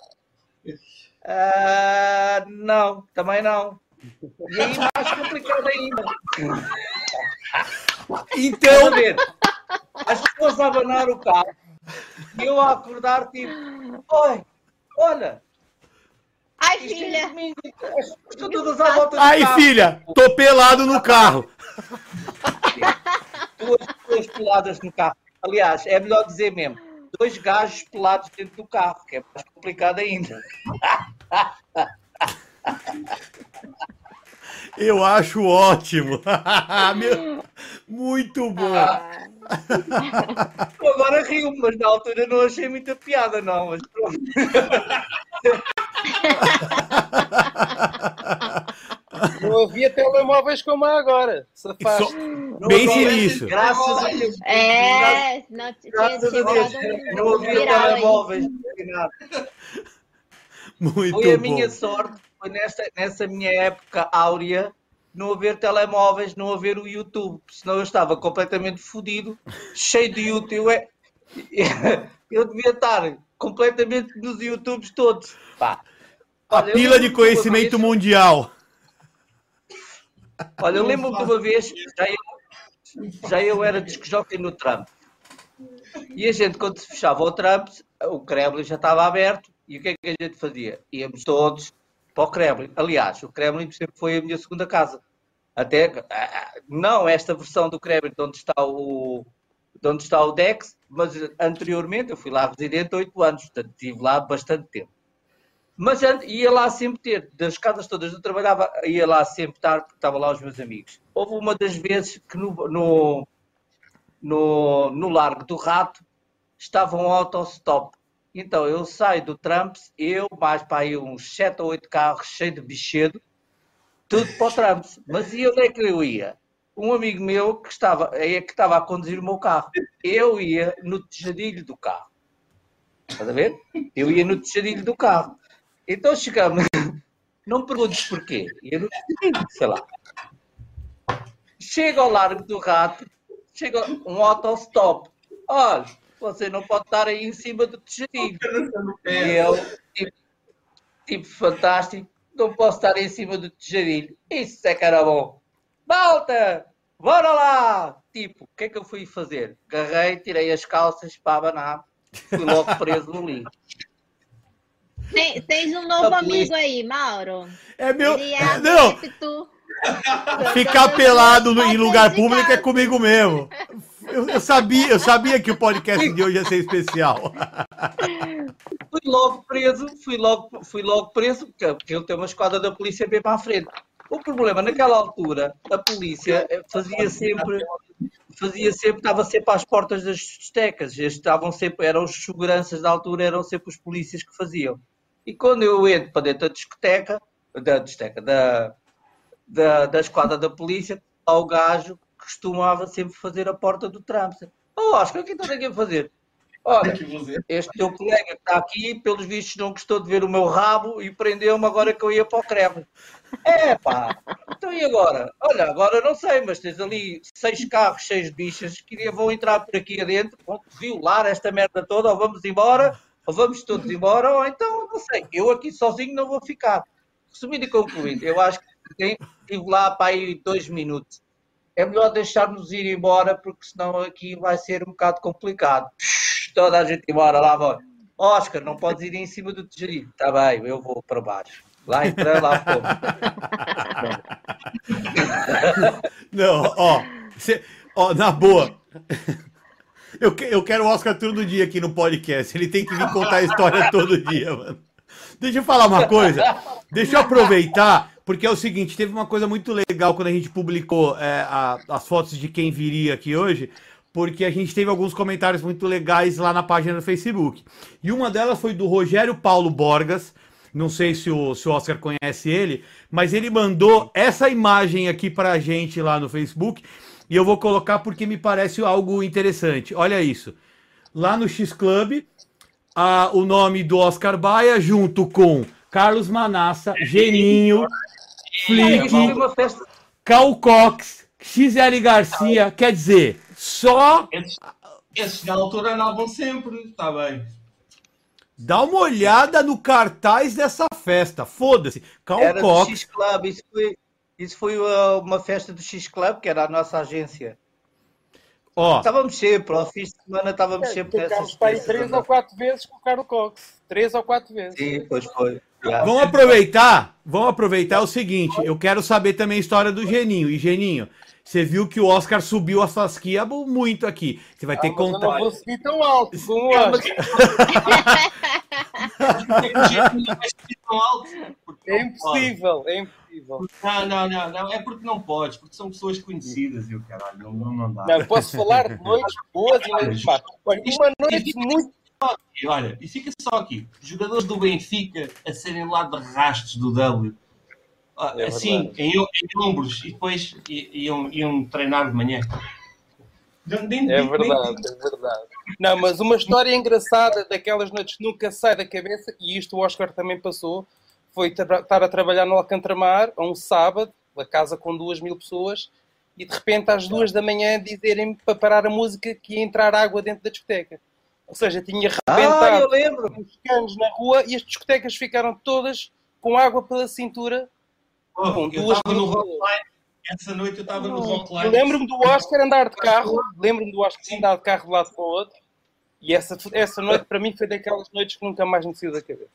Ah, não, também não. E aí mais complicado ainda. Estás a Então, ver? As pessoas a abanar o carro E eu a acordar, tipo, oi, olha. Ai, filha. Estão todas à volta do Ai, carro. filha, tô pelado no carro. Duas pessoas peladas no carro. Aliás, é melhor dizer mesmo, dois gajos pelados dentro do carro, que é mais complicado ainda. Eu acho ótimo. Meu, muito bom. Ah. Eu agora rio, mas na altura não achei muita piada, não. Mas pronto. Não havia telemóveis como há agora. Só- Não Bem havia- sinistro. Graças a Deus. É, não tinha, Graças tinha a Deus. dado um Não havia viral aí. telemóveis. nem nada. Muito Foi a bom. minha sorte, foi nesta, nessa minha época áurea, não haver telemóveis, não haver o YouTube, senão eu estava completamente fodido, cheio de YouTube. Eu, é- eu devia estar completamente nos YouTubes todos. Pá. A Olha, eu pila de lembro-me uma conhecimento vez- mundial. Olha, eu lembro-me de uma vez, já eu, já eu era disc-jockey no Trump. E a gente, quando se fechava o Trump, o Kremlin já estava aberto. E o que é que a gente fazia? Íamos todos para o Kremlin. Aliás, o Kremlin sempre foi a minha segunda casa. Até, não esta versão do Kremlin de onde está o, de onde está o Dex, mas anteriormente eu fui lá residente há oito anos, portanto estive lá bastante tempo. Mas ia lá sempre ter, das casas todas eu trabalhava, ia lá sempre estar, porque estavam lá os meus amigos. Houve uma das vezes que no, no, no, no Largo do Rato estava um autostop. Então eu saio do Trumps, eu mais para aí uns sete ou oito carros cheios de bichedo, tudo para o Trumps. Mas e onde é que eu ia? Um amigo meu que estava, é que estava a conduzir o meu carro. Eu ia no tejadilho do carro. Estás a ver? Eu ia no tejadilho do carro. Então chegamos, não me perguntes porquê, ia no tejadilho, sei lá. Chega ao Largo do Rato, chega um autostop. Olha, você não pode estar aí em cima do tejadilho. E eu, tipo, tipo fantástico, não posso estar em cima do tejadilho. Isso é que era bom. Malta, bora lá! Tipo, o que é que eu fui fazer? Agarrei, tirei as calças para abanar, fui logo preso ali. Tem- Tens um novo A amigo polícia- aí, Mauro. É meu. Ele é Não, adepto. ficar pelado no- em lugar Fotos de público é casa. comigo mesmo. Eu, eu sabia, eu sabia que o podcast de hoje ia ser especial. Fui logo preso, fui logo, fui logo preso, porque, porque ele tem uma esquadra da polícia bem para a frente. O problema, naquela altura, a polícia fazia sempre, fazia sempre, estava sempre às portas das discotecas. Estes estavam sempre, eram os seguranças da altura, eram sempre os polícias que faziam. E quando eu entro para dentro da discoteca, da discoteca, da, da, da esquadra da polícia, lá o gajo costumava sempre fazer a porta do Trump. Oh, Oscar, o que estás aqui a fazer? Olha, este teu colega que está aqui, pelos vistos, não gostou de ver o meu rabo e prendeu-me agora que eu ia para o Kremlin. É pá, então e agora? Olha, agora não sei, mas tens ali seis carros cheios de bichas que vão entrar por aqui adentro, vão violar esta merda toda, ou vamos embora, ou vamos todos embora, ou então, não sei, eu aqui sozinho não vou ficar. Resumindo e concluindo, eu acho que estive lá para aí dois minutos. É melhor deixar-nos ir embora, porque senão aqui vai ser um bocado complicado. Toda a gente embora, lá vai. Oscar, não podes ir em cima do tejadilho. Está bem, eu vou para baixo. Lá entra, lá fomos. Não, ó, cê- ó, na boa. Eu, que- eu quero o Oscar todo dia aqui no podcast. Ele tem que vir contar a história todo dia, mano. Deixa eu falar uma coisa. Deixa eu aproveitar, porque é o seguinte: teve uma coisa muito legal quando a gente publicou é, a- as fotos de quem viria aqui hoje, porque a gente teve alguns comentários muito legais lá na página do Facebook. E uma delas foi do Rogério Paulo Borgas. Não sei se o, se o Oscar conhece ele, mas ele mandou essa imagem aqui pra gente lá no Facebook. E eu vou colocar porque me parece algo interessante. Olha isso. Lá no X-Club, ah, o nome do Oscar Baia, junto com Carlos Manassa, Geninho, Foi Flick, uma festa. Cal Cox, X L Garcia. Quer dizer, só Esses, esses na altura andavam sempre, está bem. dá uma olhada no cartaz dessa festa. Foda-se. Cal Era do Cox. X-Club, isso foi, isso foi uh, uma festa do X-Club, que era a nossa agência. Ó, estávamos sempre, ao fim de semana estávamos é, sempre nessas... para aí três ou quatro vezes com o Carlos Cox. Três ou quatro vezes. Sim, pois foi. Vamos aproveitar, vamos aproveitar o seguinte, eu quero saber também a história do Geninho. E Geninho, você viu que o Oscar subiu a fasquia muito aqui. Você vai ter ah, que contar. Eu não vou subir tão alto como o Oscar. É impossível, é impossível. Não, não, não, não, é porque não podes, porque são pessoas conhecidas e o caralho, não, não, não dá. Não, posso falar de noites boas e noites más. Olha, uma noite muito... Olha, e fica só aqui, jogadores do Benfica a serem lá de rastros do W, é assim, em, em ombros, e depois iam, iam treinar de manhã. É verdade, é verdade. Não, mas uma história engraçada daquelas noites que nunca sai da cabeça, e isto o Oscar também passou, foi estar a trabalhar no Alcantramar, a um sábado, a casa com duas mil pessoas, e de repente às duas da manhã dizerem-me para parar a música que ia entrar água dentro da discoteca. Ou seja, tinha arrebentado ah, os canos na rua e as discotecas ficaram todas com água pela cintura. Oh, com eu duas estava no Rockline. Essa noite eu estava no Rockline. Lembro-me do Oscar andar de carro. Lembro-me do Oscar andar de carro de um lado para o outro. E essa, essa noite para mim foi daquelas noites que nunca mais me saiu da cabeça.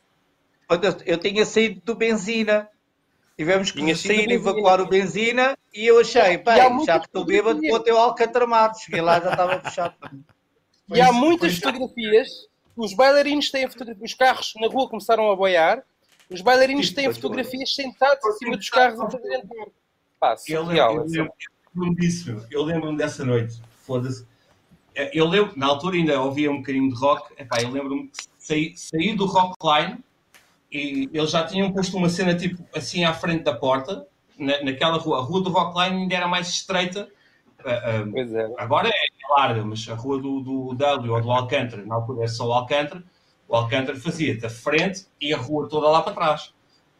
Eu tinha saído do Benzina. Tivemos que sair e evacuar o Benzina e eu achei, pá, já que estou bêbado, vou até o Alcantramar. Cheguei lá e já estava fechado. E pois, há muitas fotografias, os bailarinos têm fotografias, os carros na rua começaram a boiar, os bailarinos Sim, têm fotografias foi. sentados em cima dos carros a fazer entrar. Pá, surreal. Eu lembro-me disso, eu lembro-me dessa noite, foda-se. Eu lembro, na altura ainda ouvia um bocadinho de rock, epá, eu lembro-me que saí, saí do Rockline e eles já tinham posto uma cena tipo assim à frente da porta, na, naquela rua, a rua do Rockline ainda era mais estreita. Uh, um, pois é. Agora é larga, mas a rua do, do W ou do Alcântara, na altura era só o Alcântara, o Alcântara fazia da frente e a rua toda lá para trás.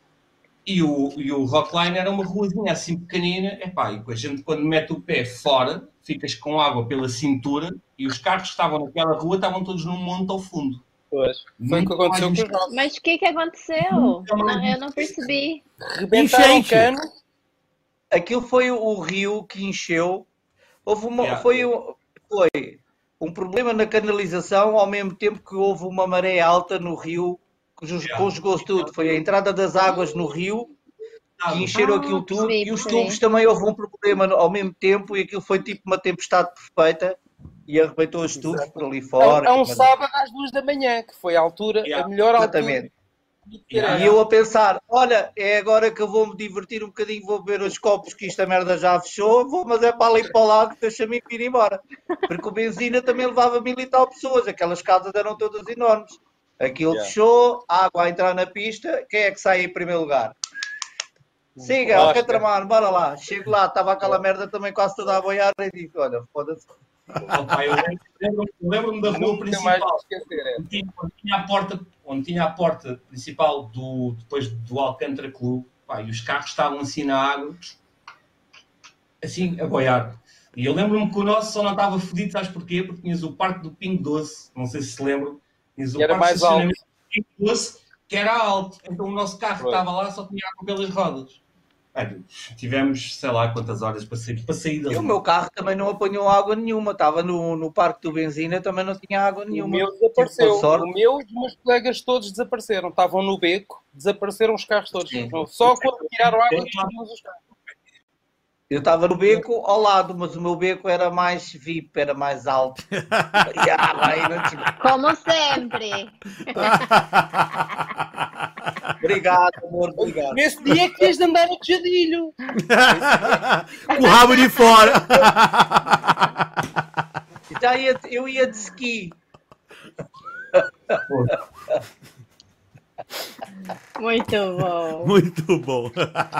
E o, e o Rockline era uma ruazinha assim pequenina, epá, e a gente quando mete o pé fora, ficas com água pela cintura e os carros que estavam naquela rua estavam todos num monte ao fundo. Pois. Foi o que aconteceu com os nossos. Mas o que que aconteceu? Não, eu não percebi. Rebentaram o cano. Aquilo foi o rio que encheu. Houve uma, yeah, foi, yeah. foi um problema na canalização, ao mesmo tempo que houve uma maré alta no rio, que yeah. conjugou-se tudo. Foi a entrada das águas no rio, que encheram ah, aquilo tudo, sim, e os tubos sim. também houve um problema ao mesmo tempo, e aquilo foi tipo uma tempestade perfeita, e arrebentou os tubos por ali fora. É um sábado às duas da manhã, que foi a altura, yeah. a melhor altura. Exatamente. Yeah. E eu a pensar, olha, é agora que eu vou me divertir um bocadinho, vou beber os copos que esta merda já fechou, vou, mas é para ali para o lado, deixa-me ir embora. Porque o Benzina também levava mil e tal pessoas, aquelas casas eram todas enormes. Aquilo yeah. fechou, a água a entrar na pista, quem é que sai em primeiro lugar? Siga, Alcantramar, bora lá. Chego lá, estava aquela merda também quase toda a boiar e digo, olha, foda-se. Opa, eu lembro-me lembro da rua principal, esquecer, é. onde, tinha, onde, tinha a porta, onde tinha a porta principal do, depois do Alcântara Clube, pá, e os carros estavam assim na água, assim, a boiar. E eu lembro-me que o nosso só não estava fodido, sabes porquê? Porque tinhas o parque do Pingo Doce, não sei se se lembram, tinhas o parque de estacionamento do Pingo Doce, que era alto, então o nosso carro que estava lá só tinha água pelas rodas. Olha, tivemos, sei lá, quantas horas para sair, para sair dali. E o meu carro também não apanhou água nenhuma. Estava no, no parque do Benzina, também não tinha água nenhuma. O meu desapareceu. O meu e os meus colegas todos desapareceram. Estavam no beco, desapareceram os carros todos. Sim. Só quando tiraram água, descobrimos os carros. Eu estava no beco ao lado, mas o meu beco era mais V I P, era mais alto. Como sempre. Obrigado, amor, obrigado. Nesse dia que tens de andar a queijadilho. Com o rabo de fora. Já ia, eu ia de ski. Muito bom. Muito bom.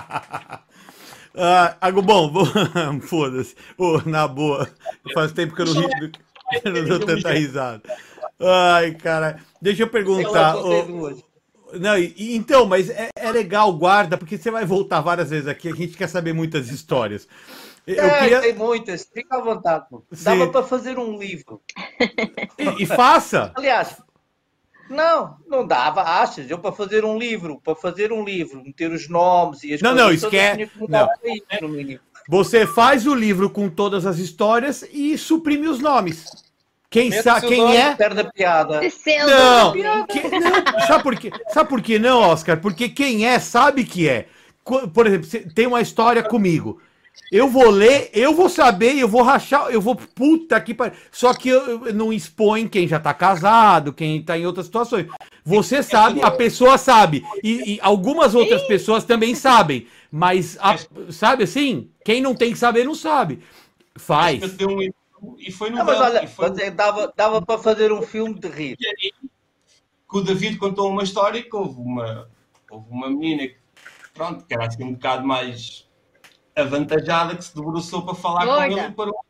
Ah, algo bom, vou... foda-se. Oh, na boa. Faz tempo que eu não, ri... eu não dou tanta risada. Ai, cara. Deixa eu perguntar. Oh... Não, e, então, mas é, é legal, guarda, porque você vai voltar várias vezes aqui, a gente quer saber muitas histórias. Eu é, queria... tem muitas, fica à vontade. Dava para fazer um livro. E, e faça. Aliás, não, não dava, achas? Eu para fazer um livro, para fazer um livro, meter os nomes e as não, coisas... Não, esquece... Não, isso, no mínimo. Você faz o livro com todas as histórias e suprime os nomes. Quem, sa quem nome, é... Perde a piada. Não, que, não. Sabe por quê? Sabe por que não, Oscar? Porque quem é, sabe que é. Por exemplo, tem uma história comigo. Eu vou ler, eu vou saber, eu vou rachar, eu vou... Puta que pariu. Só que eu não expõe quem já tá casado, quem tá em outras situações. Você sabe, a pessoa sabe. E, e algumas outras pessoas também sabem. Mas, a, sabe assim? Quem não tem que saber, não sabe. Faz. E foi no não, mas olha, foi... mas dava, dava para fazer um filme de rir. Que o David contou uma história que houve uma, houve uma menina que, pronto, que era assim um bocado mais avantajada, que se debruçou para falar Gorda. com ele e parou.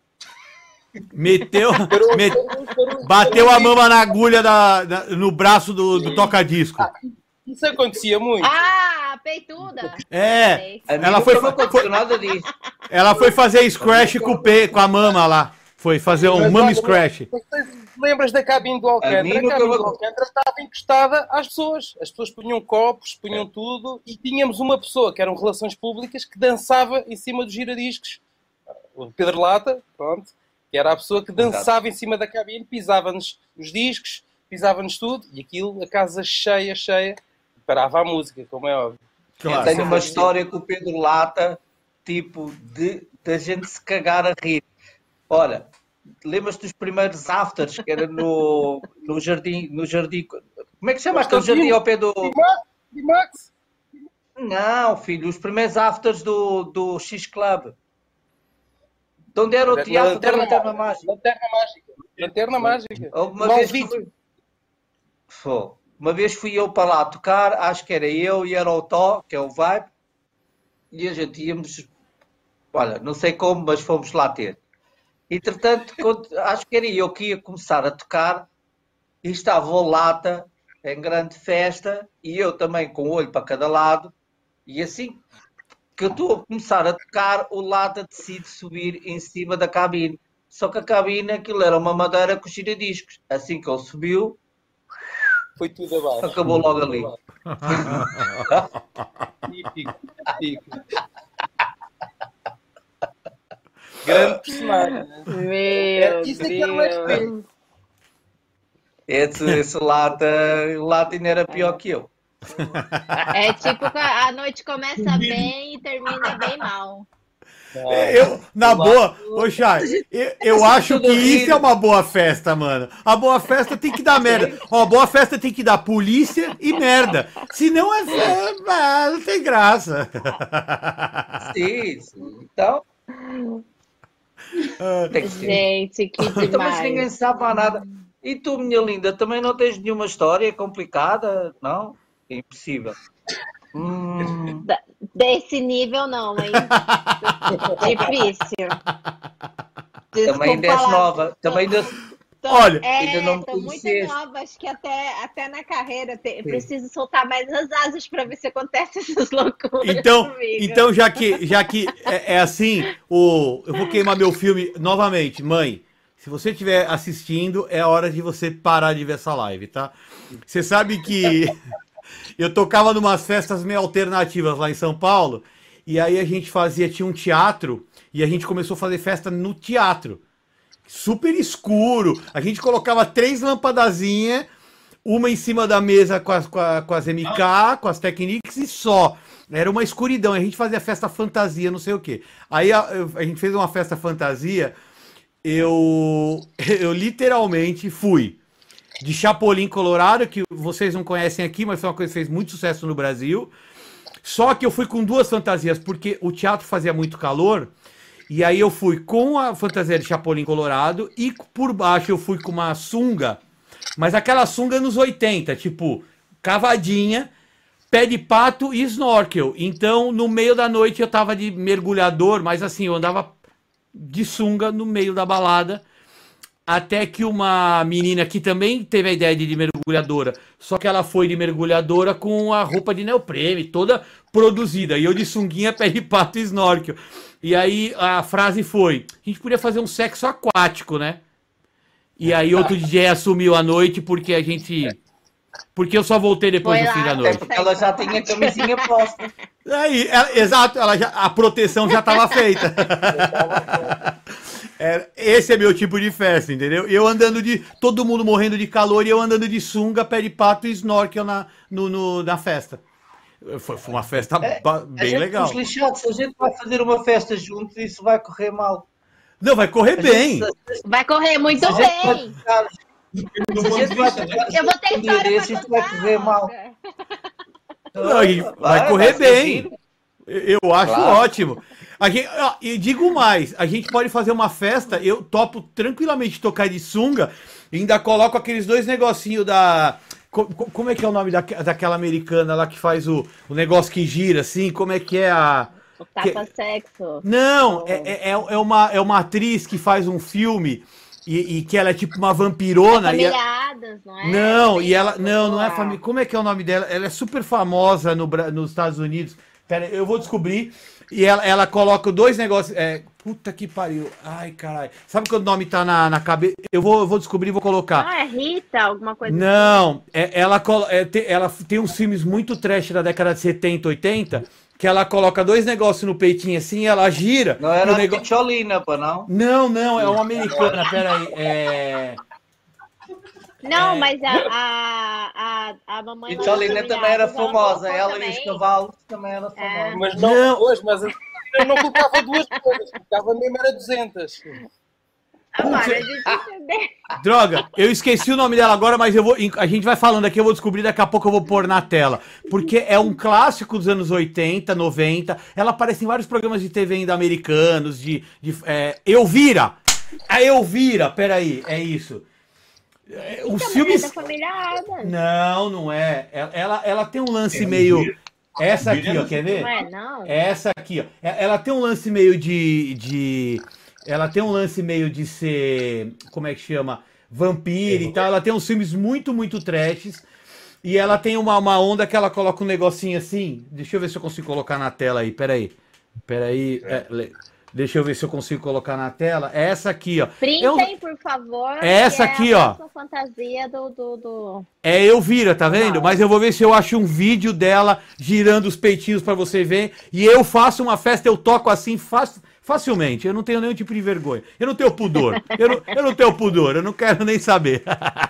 Meteu, met... bateu a mama na agulha da, da, no braço do, do toca-disco. Isso acontecia muito. Ah, peituda. É, A mim ela foi, nunca me aconteceu nada disso. ela foi fazer scratch com, o pe... com a mama lá. Foi fazer um Mas, mama olha, scratch. Lembras da cabine do A Alcântara? mim A, nunca cabine me- do Alcântara estava encostada às pessoas. As pessoas punham copos, punham tudo e tínhamos uma pessoa que eram relações públicas que dançava em cima dos giradiscos. O Pedro Lata, pronto, que era a pessoa que dançava em cima da cabine, pisava-nos os discos, pisava-nos tudo e aquilo, a casa cheia, cheia, parava a música, como é óbvio. Claro. Tenho uma história com o Pedro Lata, tipo, de da gente se cagar a rir. Olha, lembras-te dos primeiros afters que era no, no jardim, no jardim. Como é que se chama aquele jardim ao pé do. Dimax? Não, filho, os primeiros afters do, do X-Club. De onde era o teatro da Lanterna Mágica? Lanterna Mágica. Lanterna Mágica. Uma Mal vez, visto. fui... Fô, uma vez fui eu para lá tocar, acho que era eu e era o Tó, que é o Vibe, e a gente íamos, olha, não sei como, mas fomos lá ter. Entretanto, quando- acho que era eu que ia começar a tocar, e estava o Lata em grande festa, e eu também com o olho para cada lado, e assim que eu estou a começar a tocar, o Lata decide subir em cima da cabine. Só que a cabine, aquilo era uma madeira com giradiscos. Assim que ele subiu, Foi tudo abaixo. acabou logo ali. Típico, típico. Grande personagem. né? Meu Isso é que era o Deus. respeito. Esse, esse Lata, o Lata ainda era pior que eu. É tipo que a noite começa bem e termina bem mal. Eu, na boa, ô Chay, eu, eu acho que isso é uma boa festa, mano. A boa festa tem que dar merda. Ó, a boa festa tem que dar polícia e merda. Senão é, é, é não tem graça. Sim, sim. Então, tem que ser. Gente, que Então, mas ninguém demais. sabe mais nada. E tu, minha linda, também não tens nenhuma história complicada? Não? É impossível. Hum, Da- Desse nível não, hein? Difícil. também ainda és falar. nova. Também ainda... Tô, Olha, é, ainda não me tô muito conheceste. nova, acho que até, até na carreira te- preciso soltar mais as asas para ver se acontece essas loucuras Então, comigo. então já que, já que é, é assim, o, eu vou queimar meu filme novamente. Mãe, se você estiver assistindo, é hora de você parar de ver essa live, tá? Você sabe que eu tocava numas festas meio alternativas lá em São Paulo, e aí a gente fazia, tinha um teatro, e a gente começou a fazer festa no teatro. Super escuro. A gente colocava três lampadazinhas, uma em cima da mesa com as, com a- com as M K, com as Technics e só. Era uma escuridão. A gente fazia festa fantasia, não sei o quê. Aí a, eu- a gente fez uma festa fantasia, eu, eu literalmente fui de Chapolin Colorado, que vocês não conhecem aqui, mas foi uma coisa que fez muito sucesso no Brasil. Só que eu fui com duas fantasias, porque o teatro fazia muito calor. E aí eu fui com a fantasia de Chapolin Colorado e por baixo eu fui com uma sunga, mas aquela sunga nos oitenta, tipo, cavadinha, pé de pato e snorkel. Então, no meio da noite eu tava de mergulhador, mas assim, eu andava de sunga no meio da balada, até que uma menina que também teve a ideia de ir de mergulhadora, só que ela foi de mergulhadora com a roupa de neoprene, toda produzida, e eu de sunguinha, pé de pato e snorkel. E aí a frase foi, a gente podia fazer um sexo aquático, né? E aí outro D J assumiu a noite porque a gente Porque eu só voltei depois Foi do fim lá, da É noite. porque ela já tinha a camisinha posta. Aí, ela- exato, ela já, a proteção já estava feita. É, esse é meu tipo de festa, entendeu? Eu andando de. Todo mundo morrendo de calor e eu andando de sunga, pé de pato e snorkel na, no, no- na festa. Foi, foi uma festa É, ba- a bem gente, legal. os lixados, se a gente vai fazer uma festa juntos, isso vai correr mal. Não, vai correr A bem. gente, Vai correr muito se a gente vai bem. tocar, Do se a ponto gente de vai vista, tocar Eu vou ter um dia história desses, pra isto vai contar, correr mal. Oscar. Não, a gente vai correr ser bem. giro. Eu acho Claro. ótimo. A gente, ó, e digo mais, a gente pode fazer uma festa, eu topo tranquilamente tocar de sunga e ainda coloco aqueles dois negocinhos da... co- co- Como é que é o nome daque- daquela americana lá que faz o, o negócio que gira assim? Como é que é a... O tapa-sexo. Não, é, é, é uma, é uma atriz que faz um filme e, e que ela é tipo uma vampirona. e Família ela- Addams, não é? Não, e ela. Sim, Não, não é boa. família. Como é que é o nome dela? Ela é super famosa no, Bra- nos Estados Unidos. Pera, aí, eu vou descobrir. E ela, ela coloca dois negócios. É, puta que pariu. Ai, caralho. Sabe quando o nome tá na, na cabeça? Eu vou, eu vou descobrir e vou colocar. Ah, é Rita, alguma coisa Não, é- ela, colo- é, te- ela tem uns filmes muito trash da década de setenta, oitenta, que ela coloca dois negócios no peitinho assim, ela gira. Não e era o a nego- Ticholina, pá, não? Não, não, é uma americana, peraí. É... Não, É. mas a, a, a, a mamãe... E lá Ticholina da também Família era Addams, ela famosa. colocou Ela e também. os cavalos também era famosa. Mas não, Não. duas, mas eu não colocava duas coisas, colocava mesmo era duzentas. Agora, a gente entendeu. Droga, eu esqueci o nome dela agora, mas eu vou. A gente vai falando aqui, eu vou descobrir, daqui a pouco eu vou pôr na tela. Porque é um clássico dos anos oitenta, noventa. Ela aparece em vários programas de T V ainda americanos, de. de é, Elvira! A Elvira, peraí, é isso. É, os Também filmes. é da Família Addams. Não, não é. Ela, ela, ela tem um lance meio. Essa aqui, ó, quer ver? Não é, não? Essa aqui, ó. É- Ela tem um lance meio de, de. Ela tem um lance meio de ser. Como é que chama? Vampiro e tal. Ela tem uns filmes muito, muito trashes. E ela tem uma, uma onda que ela coloca um negocinho assim. Deixa eu ver se eu consigo colocar na tela aí. Peraí. Peraí. É, le- deixa eu ver se eu consigo colocar na tela. É essa aqui, ó. Eu- Printem, por favor. Essa que aqui, é a ó. nossa fantasia do... do, do... É Elvira, tá vendo? Mas eu vou ver se eu acho um vídeo dela girando os peitinhos pra você ver. E eu faço uma festa, eu toco assim fac- facilmente. Eu não tenho nenhum tipo de vergonha. Eu não tenho pudor. Eu não, eu não tenho pudor. Eu não quero nem saber.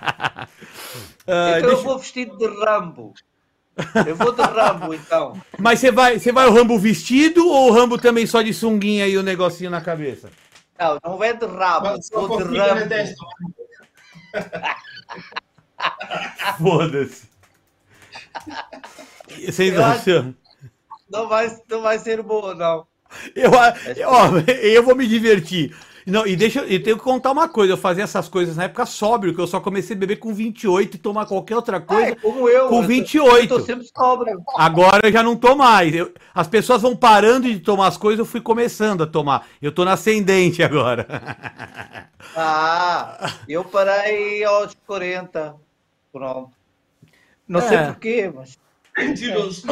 Ah, Então eu deixa- vou vestido de Rambo. Eu vou de Rambo, então. Mas você vai, você vai o Rambo vestido ou o Rambo também só de sunguinha e o negocinho na cabeça? Não, não é de Rambo, Só vou de fica na Rambo. testa. Foda-se. Vocês Eu acho- acham? Não vai, não vai ser boa, não. Eu, ó, eu vou me divertir. Não, e deixa eu, eu tenho que contar uma coisa. Eu fazia essas coisas na época sóbrio, que eu só comecei a beber com vinte e oito e tomar qualquer outra Ah, coisa é como eu. com eu vinte e tô- Eu oito. tô sempre sóbrio. Agora eu já não tô mais. Eu- as pessoas vão parando de tomar as coisas, eu fui começando a tomar. Eu tô na ascendente agora. Ah, eu parei aos quarenta. Pronto. Não sei É. porquê, mas. Mentiroso.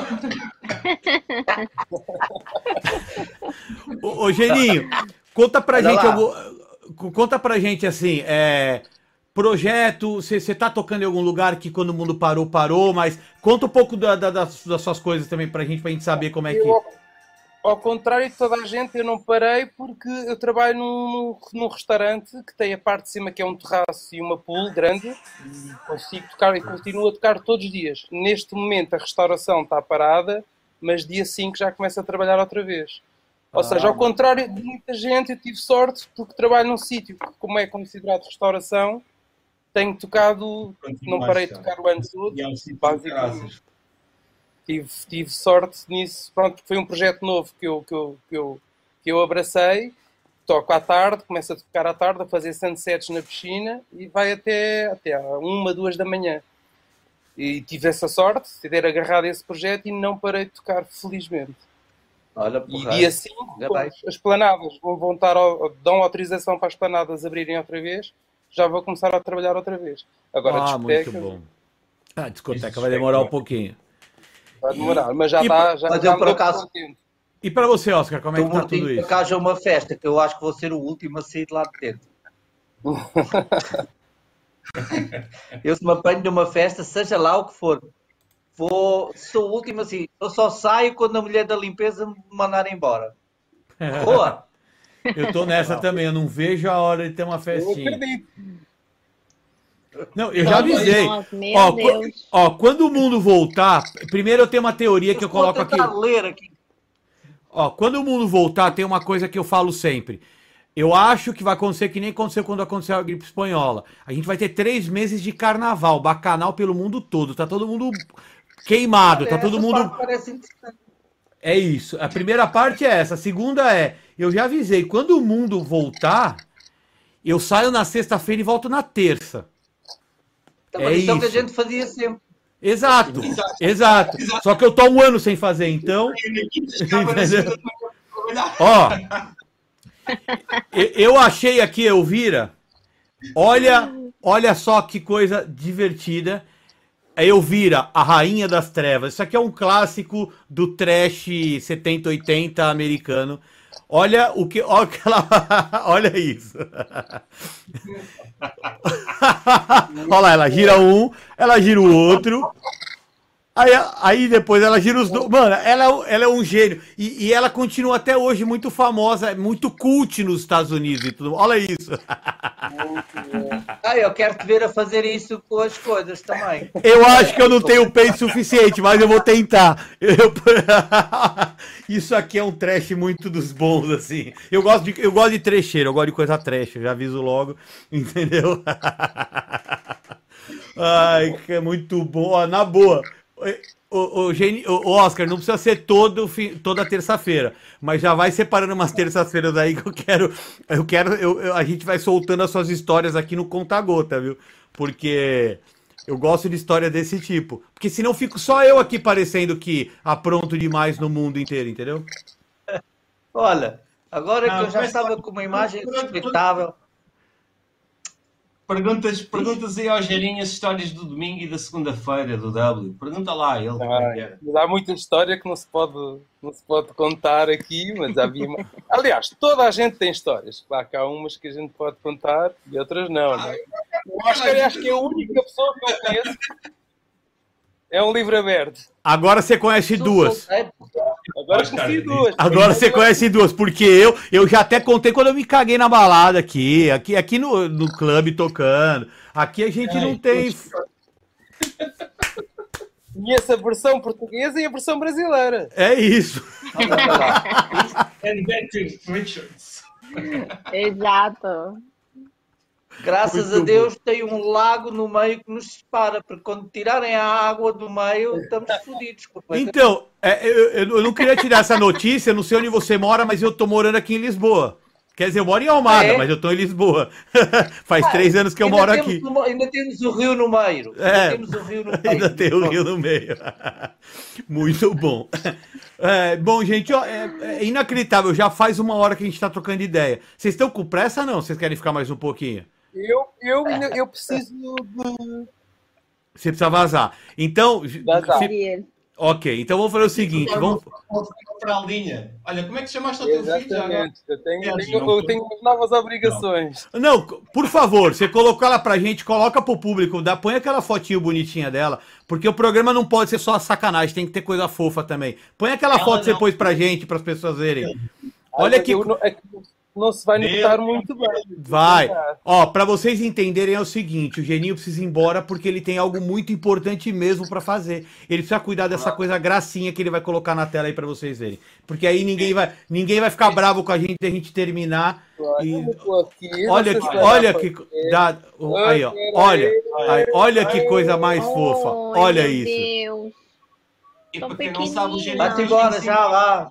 Ô, ô Geninho, conta pra Olha gente lá. algum- conta pra gente assim, é, projeto, você tá tocando em algum lugar que quando o mundo parou, parou, mas conta um pouco da- da- das, das suas coisas também pra gente, pra gente saber como é que... Eu, ao, ao contrário de toda a gente, eu não parei porque eu trabalho num, num restaurante que tem a parte de cima que é um terraço e uma pool grande e consigo tocar e continuo a tocar todos os dias. Neste momento a restauração está parada, mas dia cinco já começo a trabalhar outra vez. Ou Ah, seja, ao contrário de muita gente, eu tive sorte porque trabalho num sítio que, como é considerado restauração, tenho tocado, não parei de tocar o ano todo, E é um sítio de basicamente. graças. Tive, tive sorte nisso, pronto, foi um projeto novo que eu, que, eu, que, eu, que eu abracei, toco à tarde, começo a tocar à tarde, a fazer sunsets na piscina e vai até, até à uma, duas da manhã. E tive essa sorte de ter agarrado esse projeto e não parei de tocar, felizmente. Olha, E porra. dia cinco, Já quando vai. as planadas vão, vão estar, ao- dão autorização para as planadas abrirem outra vez, já vou começar a trabalhar outra vez. Agora, Ah, a muito discoteca bom. Ah, a discoteca Isso vai demorar é um bom. pouquinho. vai demorar, mas já E- está, já, mas já eu, me por dou acaso- contente. E pra você, Oscar, como é que Estou tá tudo mortinho isso? para cá já uma festa, que eu acho que vou ser o último a sair de lá de dentro. Eu se me apanho numa festa, seja lá o que for, vou, sou o último assim, eu só saio quando a mulher da limpeza me mandar embora. Boa! Eu tô nessa não. também, eu não vejo a hora de ter uma festinha. Não, eu já avisei. Nossa, ó, qu ó, quando o mundo voltar, primeiro eu tenho uma teoria que eu, eu coloco aqui. Ler aqui. Ó, quando o mundo voltar, tem uma coisa que eu falo sempre. Eu acho que vai acontecer que nem aconteceu quando aconteceu a gripe espanhola. A gente vai ter três meses de carnaval, bacanal pelo mundo todo. Tá todo mundo queimado, tá todo mundo... É isso. A primeira parte é essa. A segunda é, eu já avisei, quando o mundo voltar, eu saio na sexta-feira e volto na terça. Então, é isso. É o que a gente fazia sempre. Exato, exato, exato. exato. Só que eu tô um ano sem fazer, então... Ó, eu achei aqui, Elvira, olha, olha só que coisa divertida. É Elvira, a rainha das trevas. Isso aqui é um clássico do trash setenta, oitenta americano. Olha o que, olha, que ela, olha isso. Olha lá, ela gira um, ela gira o outro. Aí, aí depois ela gira os dois. Mano, ela, ela é um gênio. E, e ela continua até hoje muito famosa, muito cult nos Estados Unidos e tudo. Olha isso. Ah, eu quero te ver a fazer isso com as coisas também. Eu acho que eu não tenho peito suficiente, mas eu vou tentar. Eu... Isso aqui é um trash muito dos bons, assim. Eu gosto de, eu gosto de trecheiro, eu gosto de coisa trash, eu já aviso logo, entendeu? Ai, que é muito bom. Ó, na boa. O, o, o Oscar, não precisa ser todo, toda terça-feira, mas já vai separando umas terças-feiras aí que eu quero. Eu quero. Eu, eu, a gente vai soltando as suas histórias aqui no Conta-Gota, viu? Porque eu gosto de história desse tipo. Porque senão fico só eu aqui parecendo que apronto demais no mundo inteiro, entendeu? Olha, agora não, que eu já estava com uma imagem respeitável. Perguntas, perguntas aí ao Gerinho as histórias do domingo e da segunda-feira do W. Pergunta lá ele. Ah, há muita história que não se pode, não se pode contar aqui, mas havia uma... Aliás, toda a gente tem histórias. Claro que há umas que a gente pode contar e outras não. Ah, não é? Eu acho, que, acho que é a única pessoa que eu conheço. É um livro aberto. Agora você conhece duas. Agora conheci duas. Agora você conhece duas, porque eu, eu já até contei quando eu me caguei na balada aqui, aqui, aqui no, no clube tocando. Aqui a gente Ai, não tem... Conheço a versão portuguesa e a versão brasileira. É isso. And Betty Richards. Exato. Graças Muito a Deus bom. Tem um lago no meio que nos separa, porque quando tirarem a água do meio, estamos fodidos. Então, é, eu, eu não queria tirar essa notícia, não sei onde você mora, mas eu tô morando aqui em Lisboa. Quer dizer, eu moro em Almada, é? mas eu tô em Lisboa. Faz ah, três anos que eu moro aqui. No, ainda temos o rio no meio. É, ainda temos o rio no meio. Ainda tem o rio no meio. Muito bom. É, bom, gente, ó, é, é inacreditável. Já faz uma hora que a gente tá trocando ideia. Vocês estão com pressa ou não? Vocês querem ficar mais um pouquinho? Eu, eu, eu preciso de... Você precisa vazar. Então... Vazar. Se... Ok, então vamos fazer o seguinte. Vamos fraldinha. Olha, como é que chamaste o teu filho? Exatamente. Eu tenho, eu tenho, eu tenho novas obrigações. Não. não, por favor, você colocou ela pra gente, coloca pro público, dá, põe aquela fotinho bonitinha dela, porque o programa não pode ser só sacanagem, tem que ter coisa fofa também. Põe aquela ela foto que você pôs pra gente, pras pessoas verem. Olha que... Não, é que não se vai notar muito bem. Vai. Ó, pra vocês entenderem é o seguinte, o Geninho precisa ir embora porque ele tem algo muito importante mesmo pra fazer. Ele precisa cuidar dessa coisa gracinha que ele vai colocar na tela aí pra vocês verem. Porque aí ninguém vai, ninguém vai ficar bravo com a gente e a gente terminar. E... Olha que, olha que... Dá... Aí, ó. Olha, aí, olha que coisa mais fofa. Olha isso. Deus. E pra quem não sabe, o Geninho... Vai-te embora já lá.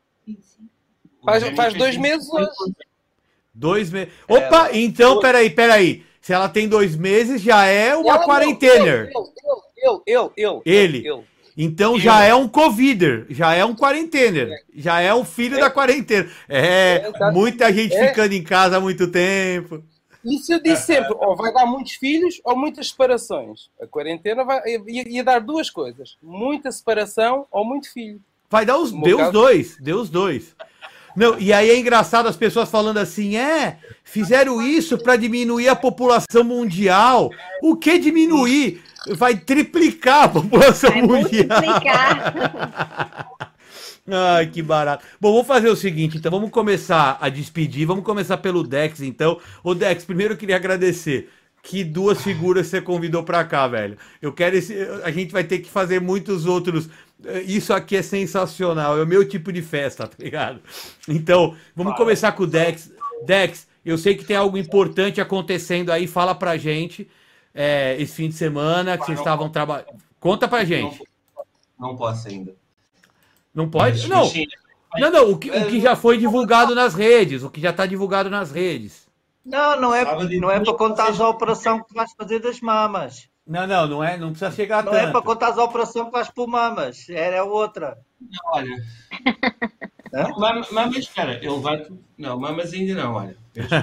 Faz, faz dois meses hoje. Dois meses. Opa, é, então, dois. peraí, peraí. Se ela tem dois meses, já é uma quarentena. Eu, eu, eu, Ele. Eu. Então eu. já é um covider, já é um quarentener, é. já é o filho é. da quarentena. É, é muita gente é. ficando em casa há muito tempo. Isso eu disse sempre, ou vai dar muitos filhos ou muitas separações. A quarentena vai, ia, ia dar duas coisas, muita separação ou muito filho. Vai dar os, deu os dois, deu os dois. Não, e aí é engraçado as pessoas falando assim, é, fizeram isso para diminuir a população mundial. O que diminuir? Vai triplicar a população Vai mundial. multiplicar. Ai, que barato. Bom, vamos fazer o seguinte, então, vamos começar a despedir, vamos começar pelo Dex, então. Ô, Dex, primeiro eu queria agradecer. Que duas figuras você convidou pra cá, velho. Eu quero esse... A gente vai ter que fazer muitos outros... Isso aqui é sensacional, é o meu tipo de festa, tá ligado? Então, vamos começar com o Dex. Dex, eu sei que tem algo importante acontecendo aí, fala pra gente é, esse fim de semana que vocês estavam trabalhando. Conta pra gente. Não, não posso ainda. Não pode? Não, não, não, o que, o que já foi divulgado nas redes, o que já tá divulgado nas redes. Não, não é, não é para contar a operação que vais fazer das mamas. Não, não, não é, não precisa chegar não tanto. Não é para contar a operação que vais por mamas, era outra. Não, olha. Mamas, mamas, cara, ele vai... Não, mamas ainda não, olha.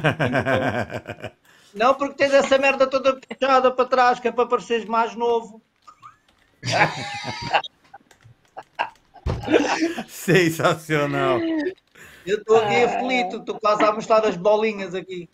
Não, porque tens essa merda toda puxada para trás, que é para pareceres mais novo. Sensacional. Eu estou aqui aflito, estou quase a mostrar as bolinhas aqui.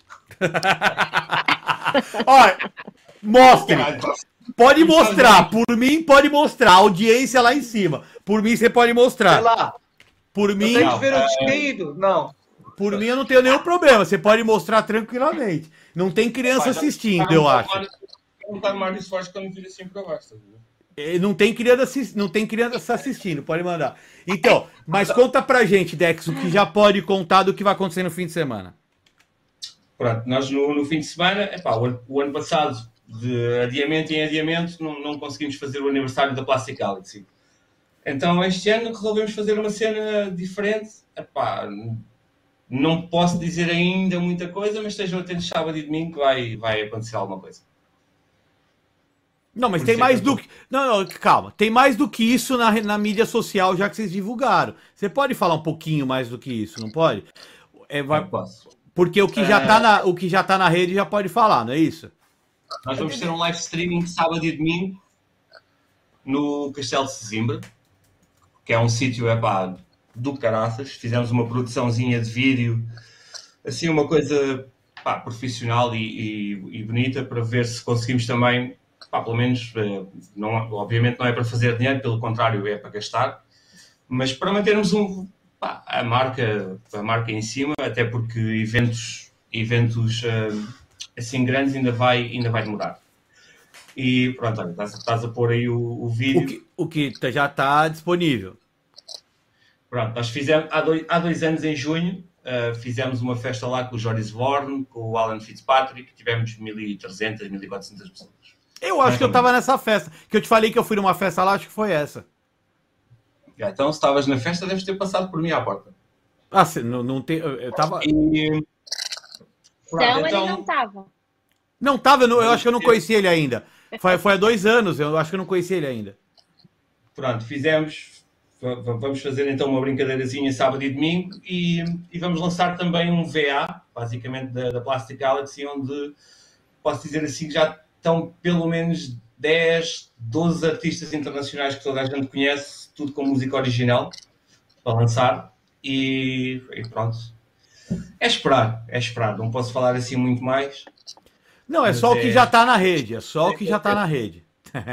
Olha, mostre. Pode mostrar. Por mim, pode mostrar. A audiência lá em cima. Por mim, você pode mostrar. Sei lá. Por mim. Tem que ver o descaído? Não. Por mim, eu não tenho nenhum problema. Você pode mostrar tranquilamente. Não tem criança assistindo, eu acho. Não está mais esforço quando vira assim para baixo. Não tem criança assistindo, não tem criança assistindo, pode mandar. Então, mas conta pra gente, Dex, o que já pode contar do que vai acontecer no fim de semana. Pronto, nós no, no fim de semana, epá, o, ano, o ano passado, de adiamento em adiamento, não, não conseguimos fazer o aniversário da Plastic Galaxy. Então, este ano resolvemos fazer uma cena diferente. Epá, não posso dizer ainda muita coisa, mas estejam atentos sábado e domingo que vai, vai acontecer alguma coisa. Não, mas tem mais do que... Não, não, calma. Tem mais do que isso na, na mídia social, já que vocês divulgaram. Você pode falar um pouquinho mais do que isso, não pode? É, vai... posso. Porque o que, já tá na, o que já tá na rede já pode falar, não é isso? Nós vamos ter um live streaming sábado e domingo no Castelo de Sesimbra, que é um sítio, é pá, do caraças. Fizemos uma produçãozinha de vídeo, assim, uma coisa pá, profissional e, e, e bonita, para ver se conseguimos também... Pá, pelo menos, não, obviamente não é para fazer dinheiro, pelo contrário, é para gastar, mas para mantermos um, pá, a, marca, a marca em cima, até porque eventos, eventos assim grandes ainda vai, ainda vai demorar. E pronto, olha, estás, estás a pôr aí o, o vídeo. O que, o que já está disponível. Pronto, nós fizemos, há dois, há dois anos, em junho, uh, fizemos uma festa lá com o Joris Vorn, com o Alan Fitzpatrick, tivemos mil e trezentas, mil e quatrocentas pessoas. Eu acho que eu tava nessa festa. Que eu te falei que eu fui numa festa lá, acho que foi essa. Então, se estavas na festa, deves ter passado por mim à porta. Ah, sim, não, não tem. Eu tava. E... Pronto, então, então ele não tava. Não tava, eu, não, eu acho que eu não conhecia ele ainda. Foi, foi há dois anos, eu acho que eu não conhecia ele ainda. Pronto, fizemos. Vamos fazer então uma brincadeirazinha sábado e domingo e, e vamos lançar também um V A, basicamente da, da Plastic Galaxy, onde posso dizer assim que já estão pelo menos dez, doze artistas internacionais que toda a gente conhece, tudo com música original, para lançar. E, e pronto. É esperar, é esperar. Não posso falar assim muito mais. Não, é só é... o que já está na rede. É só o que já está na rede.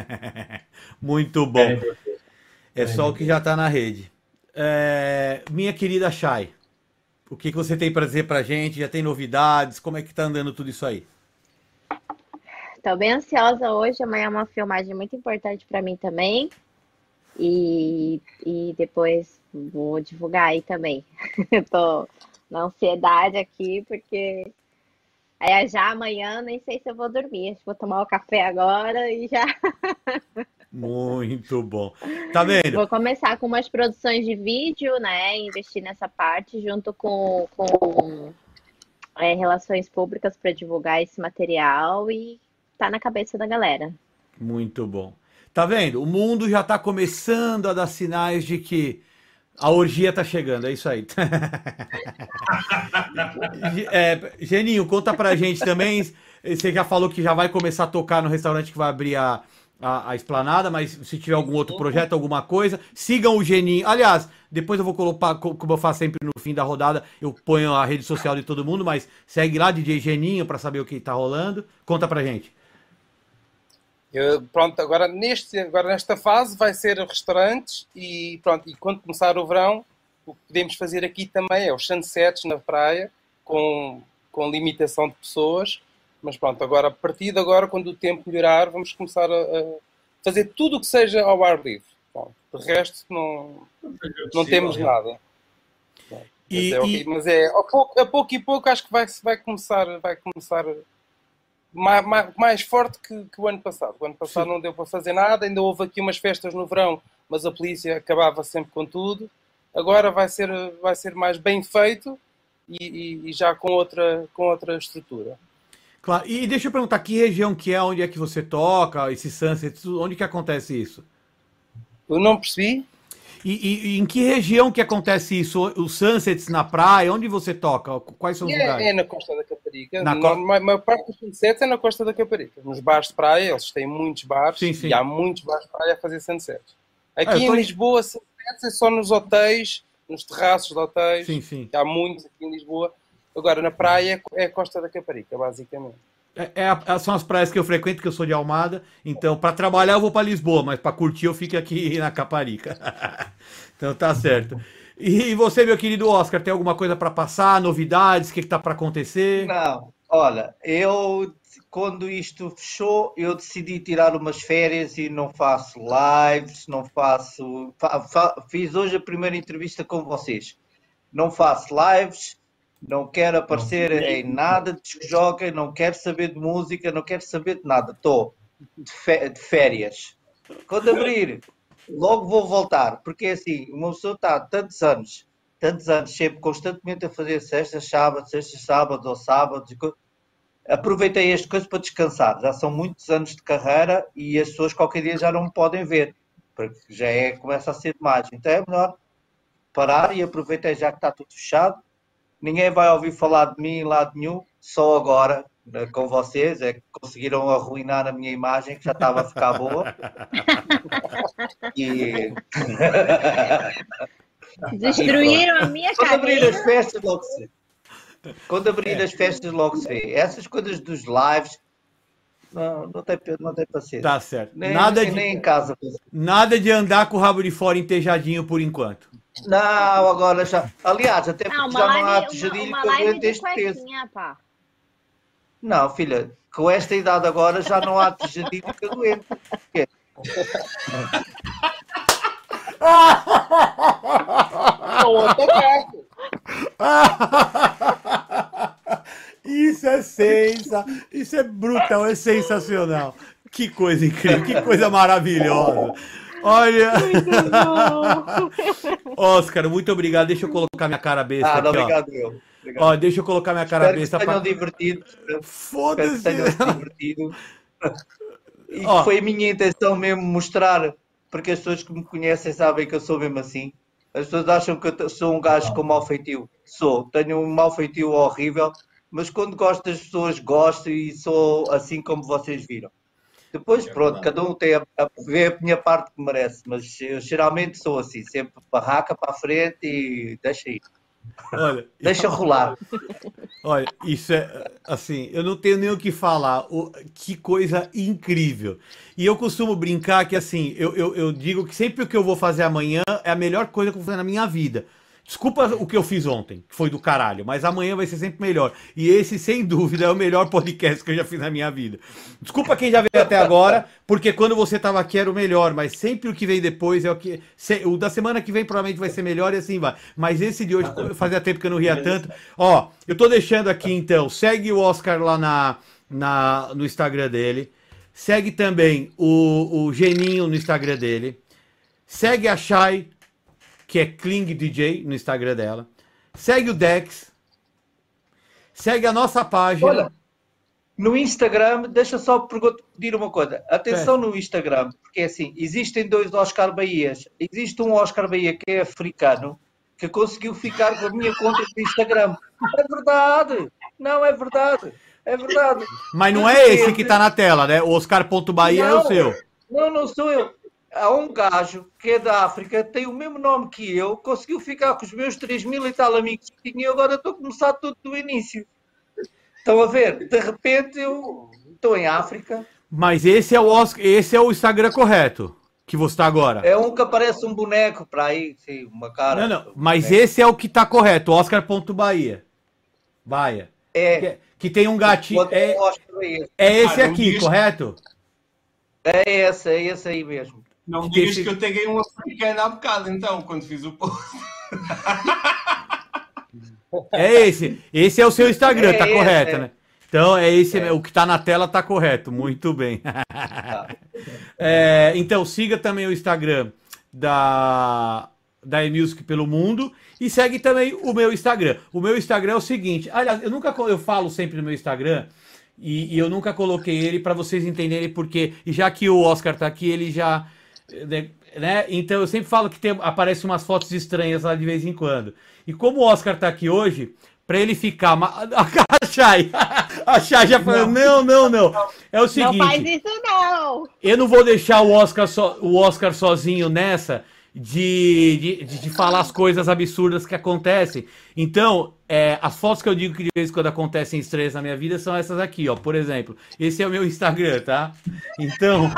Muito bom. É só o que já está na rede. É... Minha querida Chay, o que, que você tem para dizer para a gente? Já tem novidades? Como é que está andando tudo isso aí? Estou bem ansiosa hoje. Amanhã é uma filmagem muito importante para mim também. E, e depois vou divulgar aí também. Estou na ansiedade aqui, porque aí já amanhã nem sei se eu vou dormir. Acho que vou tomar o café agora e já... Muito bom. Tá vendo? Vou começar com umas produções de vídeo, né? Investir nessa parte junto com, com é, relações públicas para divulgar esse material e tá na cabeça da galera. Muito bom. Tá vendo? O mundo já tá começando a dar sinais de que a orgia tá chegando, é isso aí. é, Geninho, conta pra gente também. Você já falou que já vai começar a tocar no restaurante que vai abrir a, a, a Esplanada, mas se tiver algum outro projeto, alguma coisa, sigam o Geninho. Aliás, depois eu vou colocar, como eu faço sempre no fim da rodada, eu ponho a rede social de todo mundo, mas segue lá, D J Geninho, para saber o que tá rolando. Conta pra gente. Eu, pronto, agora, neste, agora nesta fase vai ser restaurantes e pronto, e quando começar o verão, o que podemos fazer aqui também é os sunsets na praia, com, com limitação de pessoas, mas pronto, agora a partir de agora, quando o tempo melhorar, vamos começar a, a fazer tudo o que seja ao ar livre. Bom, de resto, não, não temos nada. Bom, E, mas é, e... mas é a, pouco, a pouco e pouco acho que vai, vai começar, vai começar mais, mais, mais forte que, que o ano passado. O ano passado Sim. não deu para fazer nada, ainda houve aqui umas festas no verão, mas a polícia acabava sempre com tudo. Agora vai ser, vai ser mais bem feito e, e, e já com outra, com outra estrutura. Claro. E deixa eu perguntar, que região que é, onde é que você toca, esse sunset, onde que acontece isso? Eu não percebi. E, e, e em que região que acontece isso? Os sunsets na praia, onde você toca? Quais são os é, lugares? É na Costa da Caparica. Na na, co... A maior parte dos sunsets é na Costa da Caparica. Nos bares de praia, eles têm muitos bares sim, sim. e há muitos bares de praia a fazer sunsets. Aqui ah, em tô... Lisboa, sunsets é só nos hotéis, nos terraços de hotéis. Sim, sim. Há muitos aqui em Lisboa. Agora, na praia é a Costa da Caparica, basicamente. É, é, são as praias que eu frequento, que eu sou de Almada. Então, para trabalhar eu vou para Lisboa, mas para curtir eu fico aqui na Caparica. Então tá certo. E você, meu querido Oscar, tem alguma coisa para passar? Novidades? O que está para acontecer? Não, olha, eu quando isto fechou, eu decidi tirar umas férias e não faço lives, não faço. Fa, fa, fiz hoje a primeira entrevista com vocês. Não faço lives. Não quero aparecer não, em nada de joga, não quero saber de música, não quero saber de nada. Estou de, de férias. Quando abrir, logo vou voltar. Porque assim, uma pessoa está há tantos anos, tantos anos, sempre constantemente a fazer sextas, sábados, sextas, sábados ou sábados. Aproveitei estas coisas para descansar. Já são muitos anos de carreira e as pessoas qualquer dia já não me podem ver. Porque já é, começa a ser demais. Então é melhor parar e aproveitei já que está tudo fechado. Ninguém vai ouvir falar de mim em lado nenhum, só agora, com vocês, é que conseguiram arruinar a minha imagem, que já estava a ficar boa. E... Destruíram a minha Quando carreira. abrir as festas, logo se vê. Quando abrir as festas, logo se vê. Essas coisas dos lives, não, não, tem, não tem paciência. Tá certo. Nem, nada nem, de, nem em casa. Nada de andar com o rabo de fora entejadinho por enquanto. Não, agora já. Aliás, até porque não, já live, não há tejadilho que aguente este peso. Pá. Não, filha, com esta idade agora já não há tejadilho que aguente. Isso é sensa, isso é brutal, é sensacional. Que coisa incrível, que coisa maravilhosa. Olha, Oscar, muito obrigado. Deixa eu colocar minha cara besta ah, aqui, obrigado, ó. Eu. Obrigado. Ó, deixa eu colocar minha cara Espero besta. Que tenham pra... divertido. Foda-se. Tenham divertido. E ó, foi a minha intenção mesmo mostrar, porque as pessoas que me conhecem sabem que eu sou mesmo assim. As pessoas acham que eu sou um gajo com mau feitio. Sou, tenho um mau feitio horrível, mas quando gosto das pessoas, gosto e sou assim como vocês viram. Depois, pronto, cada um tem a, a ver a minha parte que merece, mas eu geralmente sou assim, sempre barraca para a frente e deixa ir. Olha, deixa rolar. Olha, isso é assim, eu não tenho nem o que falar. O, que coisa incrível. E eu costumo brincar que assim, eu, eu, eu digo que sempre o que eu vou fazer amanhã é a melhor coisa que eu vou fazer na minha vida. Desculpa o que eu fiz ontem, que foi do caralho, mas amanhã vai ser sempre melhor. E esse, sem dúvida, é o melhor podcast que eu já fiz na minha vida. Desculpa quem já veio até agora, porque quando você estava aqui era o melhor, mas sempre o que vem depois é o que... O da semana que vem provavelmente vai ser melhor e assim vai. Mas esse de hoje, fazia tempo que eu não ria tanto. Ó, eu tô deixando aqui então, segue o Oscar lá na, na, no Instagram dele. Segue também o, o Geninho no Instagram dele. Segue a Chay, que é Kling D J no Instagram dela. Segue o Dex. Segue a nossa página. Olha, no Instagram, deixa só pedir uma coisa. Atenção é. no Instagram, porque assim, existem dois Oscar Bahias. Existe um Oscar Bahia que é africano, que conseguiu ficar com a minha conta do Instagram. É verdade. Não, é verdade. É verdade. Mas não é esse que está na tela, né? O Oscar.bahia é o seu. Não, não sou eu. Há um gajo que é da África, tem o mesmo nome que eu, conseguiu ficar com os meus três mil e tal amigos que tinha e agora estou a começar tudo do início. Estão a ver? De repente eu estou em África. Mas esse é o Oscar, esse é o Instagram correto que você está agora. É um que aparece um boneco para aí, sim, uma cara. Não, não, mas esse é o que está correto, Oscar.Bahia. Bahia. É. Que, que tem um gatinho. É, é esse aqui, correto? É esse, é esse aí mesmo. Não digas esse... que eu peguei um africano há bocado, então, quando fiz o post. É esse. Esse é o seu Instagram, é tá esse, correto, é. né? Então, é esse, é. o que tá na tela tá correto. Muito bem. Tá. É, então, siga também o Instagram da, da eMusic pelo mundo e segue também o meu Instagram. O meu Instagram é o seguinte, aliás, eu nunca eu falo sempre no meu Instagram e, e eu nunca coloquei ele para vocês entenderem porque, e já que o Oscar tá aqui, ele já... Né? Então eu sempre falo que tem, aparecem umas fotos estranhas lá de vez em quando. E como o Oscar tá aqui hoje, para ele ficar... A Chay, a Chay já falou, não, não, não. É o seguinte... Não faz isso não! Eu não vou deixar o Oscar, so, o Oscar sozinho nessa de, de, de, de falar as coisas absurdas que acontecem. Então, é, as fotos que eu digo que de vez em quando acontecem estranhas na minha vida são essas aqui, ó. Por exemplo, esse é o meu Instagram, tá? Então...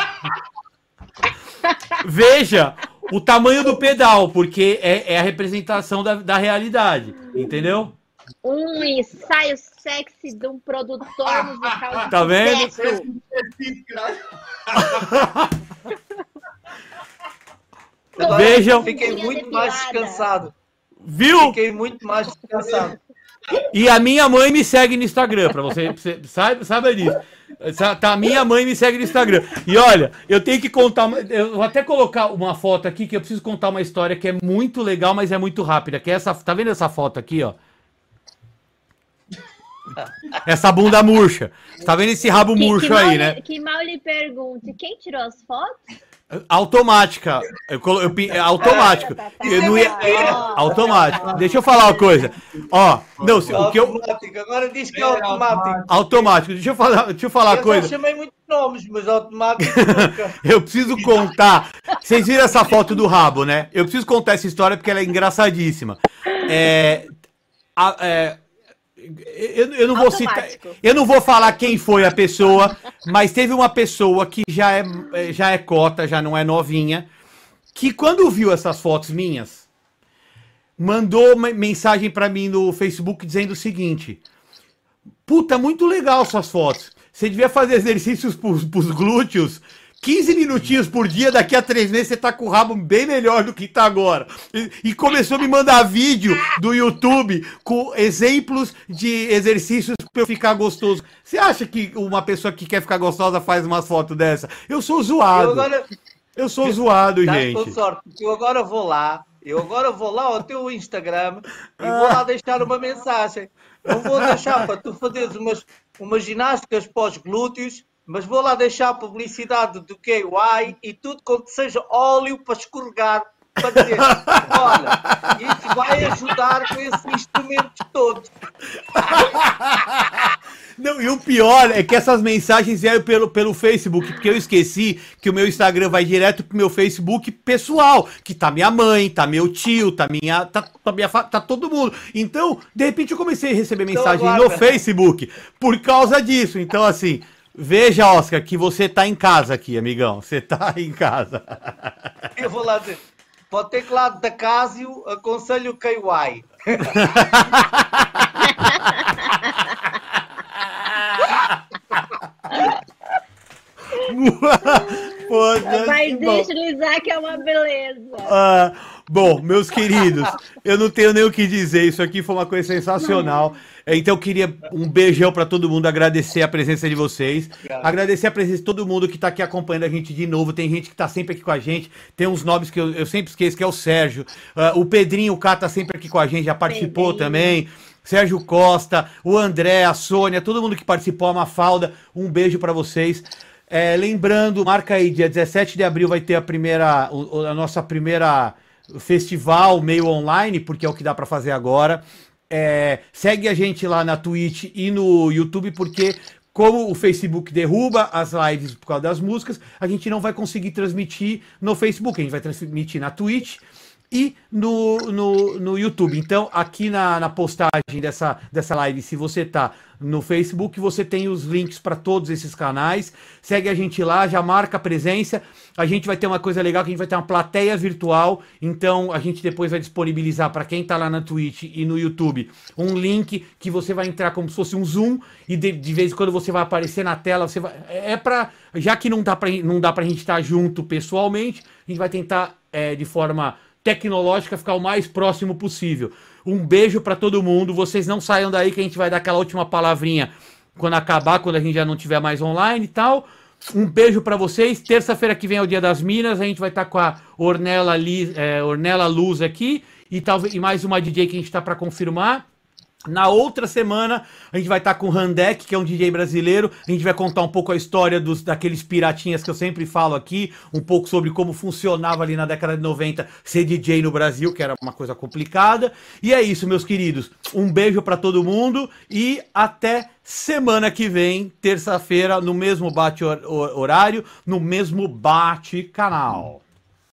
Veja o tamanho do pedal, porque é, é a representação da, da realidade, entendeu? Um ensaio sexy de um produtor musical de tá vendo? Vejam. Fiquei muito mais descansado. Viu? Fiquei muito mais descansado. E a minha mãe me segue no Instagram, pra você, você saiba, saiba disso. Tá, minha mãe me segue no Instagram. E olha, eu tenho que contar, uma, eu vou até colocar uma foto aqui que eu preciso contar uma história que é muito legal, mas é muito rápida. Que é essa, tá vendo essa foto aqui, ó? Essa bunda murcha. Tá vendo esse rabo que, murcho que aí, lhe, né? Que mal lhe pergunte, quem tirou as fotos? Automática. Eu, eu, eu, automático. Eu não ia, automático. Deixa eu falar uma coisa. Ó, não, o que eu. Agora diz que é automático. Automático. Deixa eu falar, deixa eu falar uma coisa. Eu chamei muitos nomes, mas automático. Eu preciso contar. Vocês viram essa foto do rabo, né? Eu preciso contar essa história porque ela é engraçadíssima. É. A, é Eu, eu não vou citar, eu não vou falar quem foi a pessoa, mas teve uma pessoa que já é, já é cota, já não é novinha, que quando viu essas fotos minhas, mandou uma mensagem pra mim no Facebook dizendo o seguinte: puta, muito legal suas fotos, você devia fazer exercícios pros, pros glúteos, quinze minutinhos por dia, daqui a três meses você tá com o rabo bem melhor do que tá agora. E, e começou a me mandar vídeo do YouTube com exemplos de exercícios pra eu ficar gostoso. Você acha que uma pessoa que quer ficar gostosa faz umas fotos dessa? Eu sou zoado. Eu, agora... eu sou zoado, tá, gente. Com sorte, eu agora vou lá, eu agora vou lá ao teu Instagram e vou lá deixar uma mensagem. Não vou deixar para tu fazeres umas, umas ginásticas pós-glúteos, mas vou lá deixar a publicidade do K Y e tudo quanto seja óleo para escorregar, para dizer, olha, isso vai ajudar com esses instrumentos todos. Não, e o pior é que essas mensagens vieram pelo, pelo Facebook, porque eu esqueci que o meu Instagram vai direto pro meu Facebook pessoal, que tá minha mãe, tá meu tio, tá minha, tá, tá, minha, tá todo mundo. Então, de repente eu comecei a receber mensagem então, no Facebook por causa disso. Então, assim... Veja, Oscar, que você tá em casa aqui, amigão. Você tá em casa. Eu vou lá dizer. Para o teclado da Casio, aconselho o K Y. Pô, mas deslizar que é uma beleza. Ah, bom, meus queridos, eu não tenho nem o que dizer. Isso aqui foi uma coisa sensacional. Então eu queria um beijão para todo mundo, agradecer a presença de vocês, Obrigado. Agradecer a presença de todo mundo que tá aqui acompanhando a gente de novo. Tem gente que tá sempre aqui com a gente, tem uns nomes que eu, eu sempre esqueço, que é o Sérgio, uh, o Pedrinho, o Cá tá sempre aqui com a gente, já participou Pedrinho. Também, Sérgio Costa, o André, a Sônia, todo mundo que participou, a Mafalda, um beijo para vocês. É, lembrando, marca aí, dia dezessete de abril vai ter a primeira, a nossa primeira festival meio online, porque é o que dá para fazer agora. É, segue a gente lá na Twitch e no YouTube, porque como o Facebook derruba as lives por causa das músicas, a gente não vai conseguir transmitir no Facebook, a gente vai transmitir na Twitch e no, no, no YouTube. Então, aqui na, na postagem dessa, dessa live, se você tá no Facebook, você tem os links para todos esses canais. Segue a gente lá, já marca a presença. A gente vai ter uma coisa legal, que a gente vai ter uma plateia virtual. Então, a gente depois vai disponibilizar para quem tá lá na Twitch e no YouTube um link que você vai entrar como se fosse um Zoom e de, de vez em quando você vai aparecer na tela. Você vai, é para, já que não dá para não dá pra gente estar junto pessoalmente, a gente vai tentar é, de forma tecnológica ficar o mais próximo possível. Um beijo para todo mundo. Vocês não saiam daí que a gente vai dar aquela última palavrinha quando acabar, quando a gente já não tiver mais online e tal. Um beijo para vocês. Terça-feira que vem é o Dia das Minas. A gente vai estar tá com a Ornella, Liz, é, Ornella Luz aqui e, talvez, e mais uma D J que a gente está para confirmar. Na outra semana, a gente vai estar com o Handek, que é um D J brasileiro. A gente vai contar um pouco a história dos, daqueles piratinhas que eu sempre falo aqui, um pouco sobre como funcionava ali na década de noventa ser D J no Brasil, que era uma coisa complicada. E é isso, meus queridos. Um beijo para todo mundo e até semana que vem, terça-feira, no mesmo bate horário, no mesmo bate canal.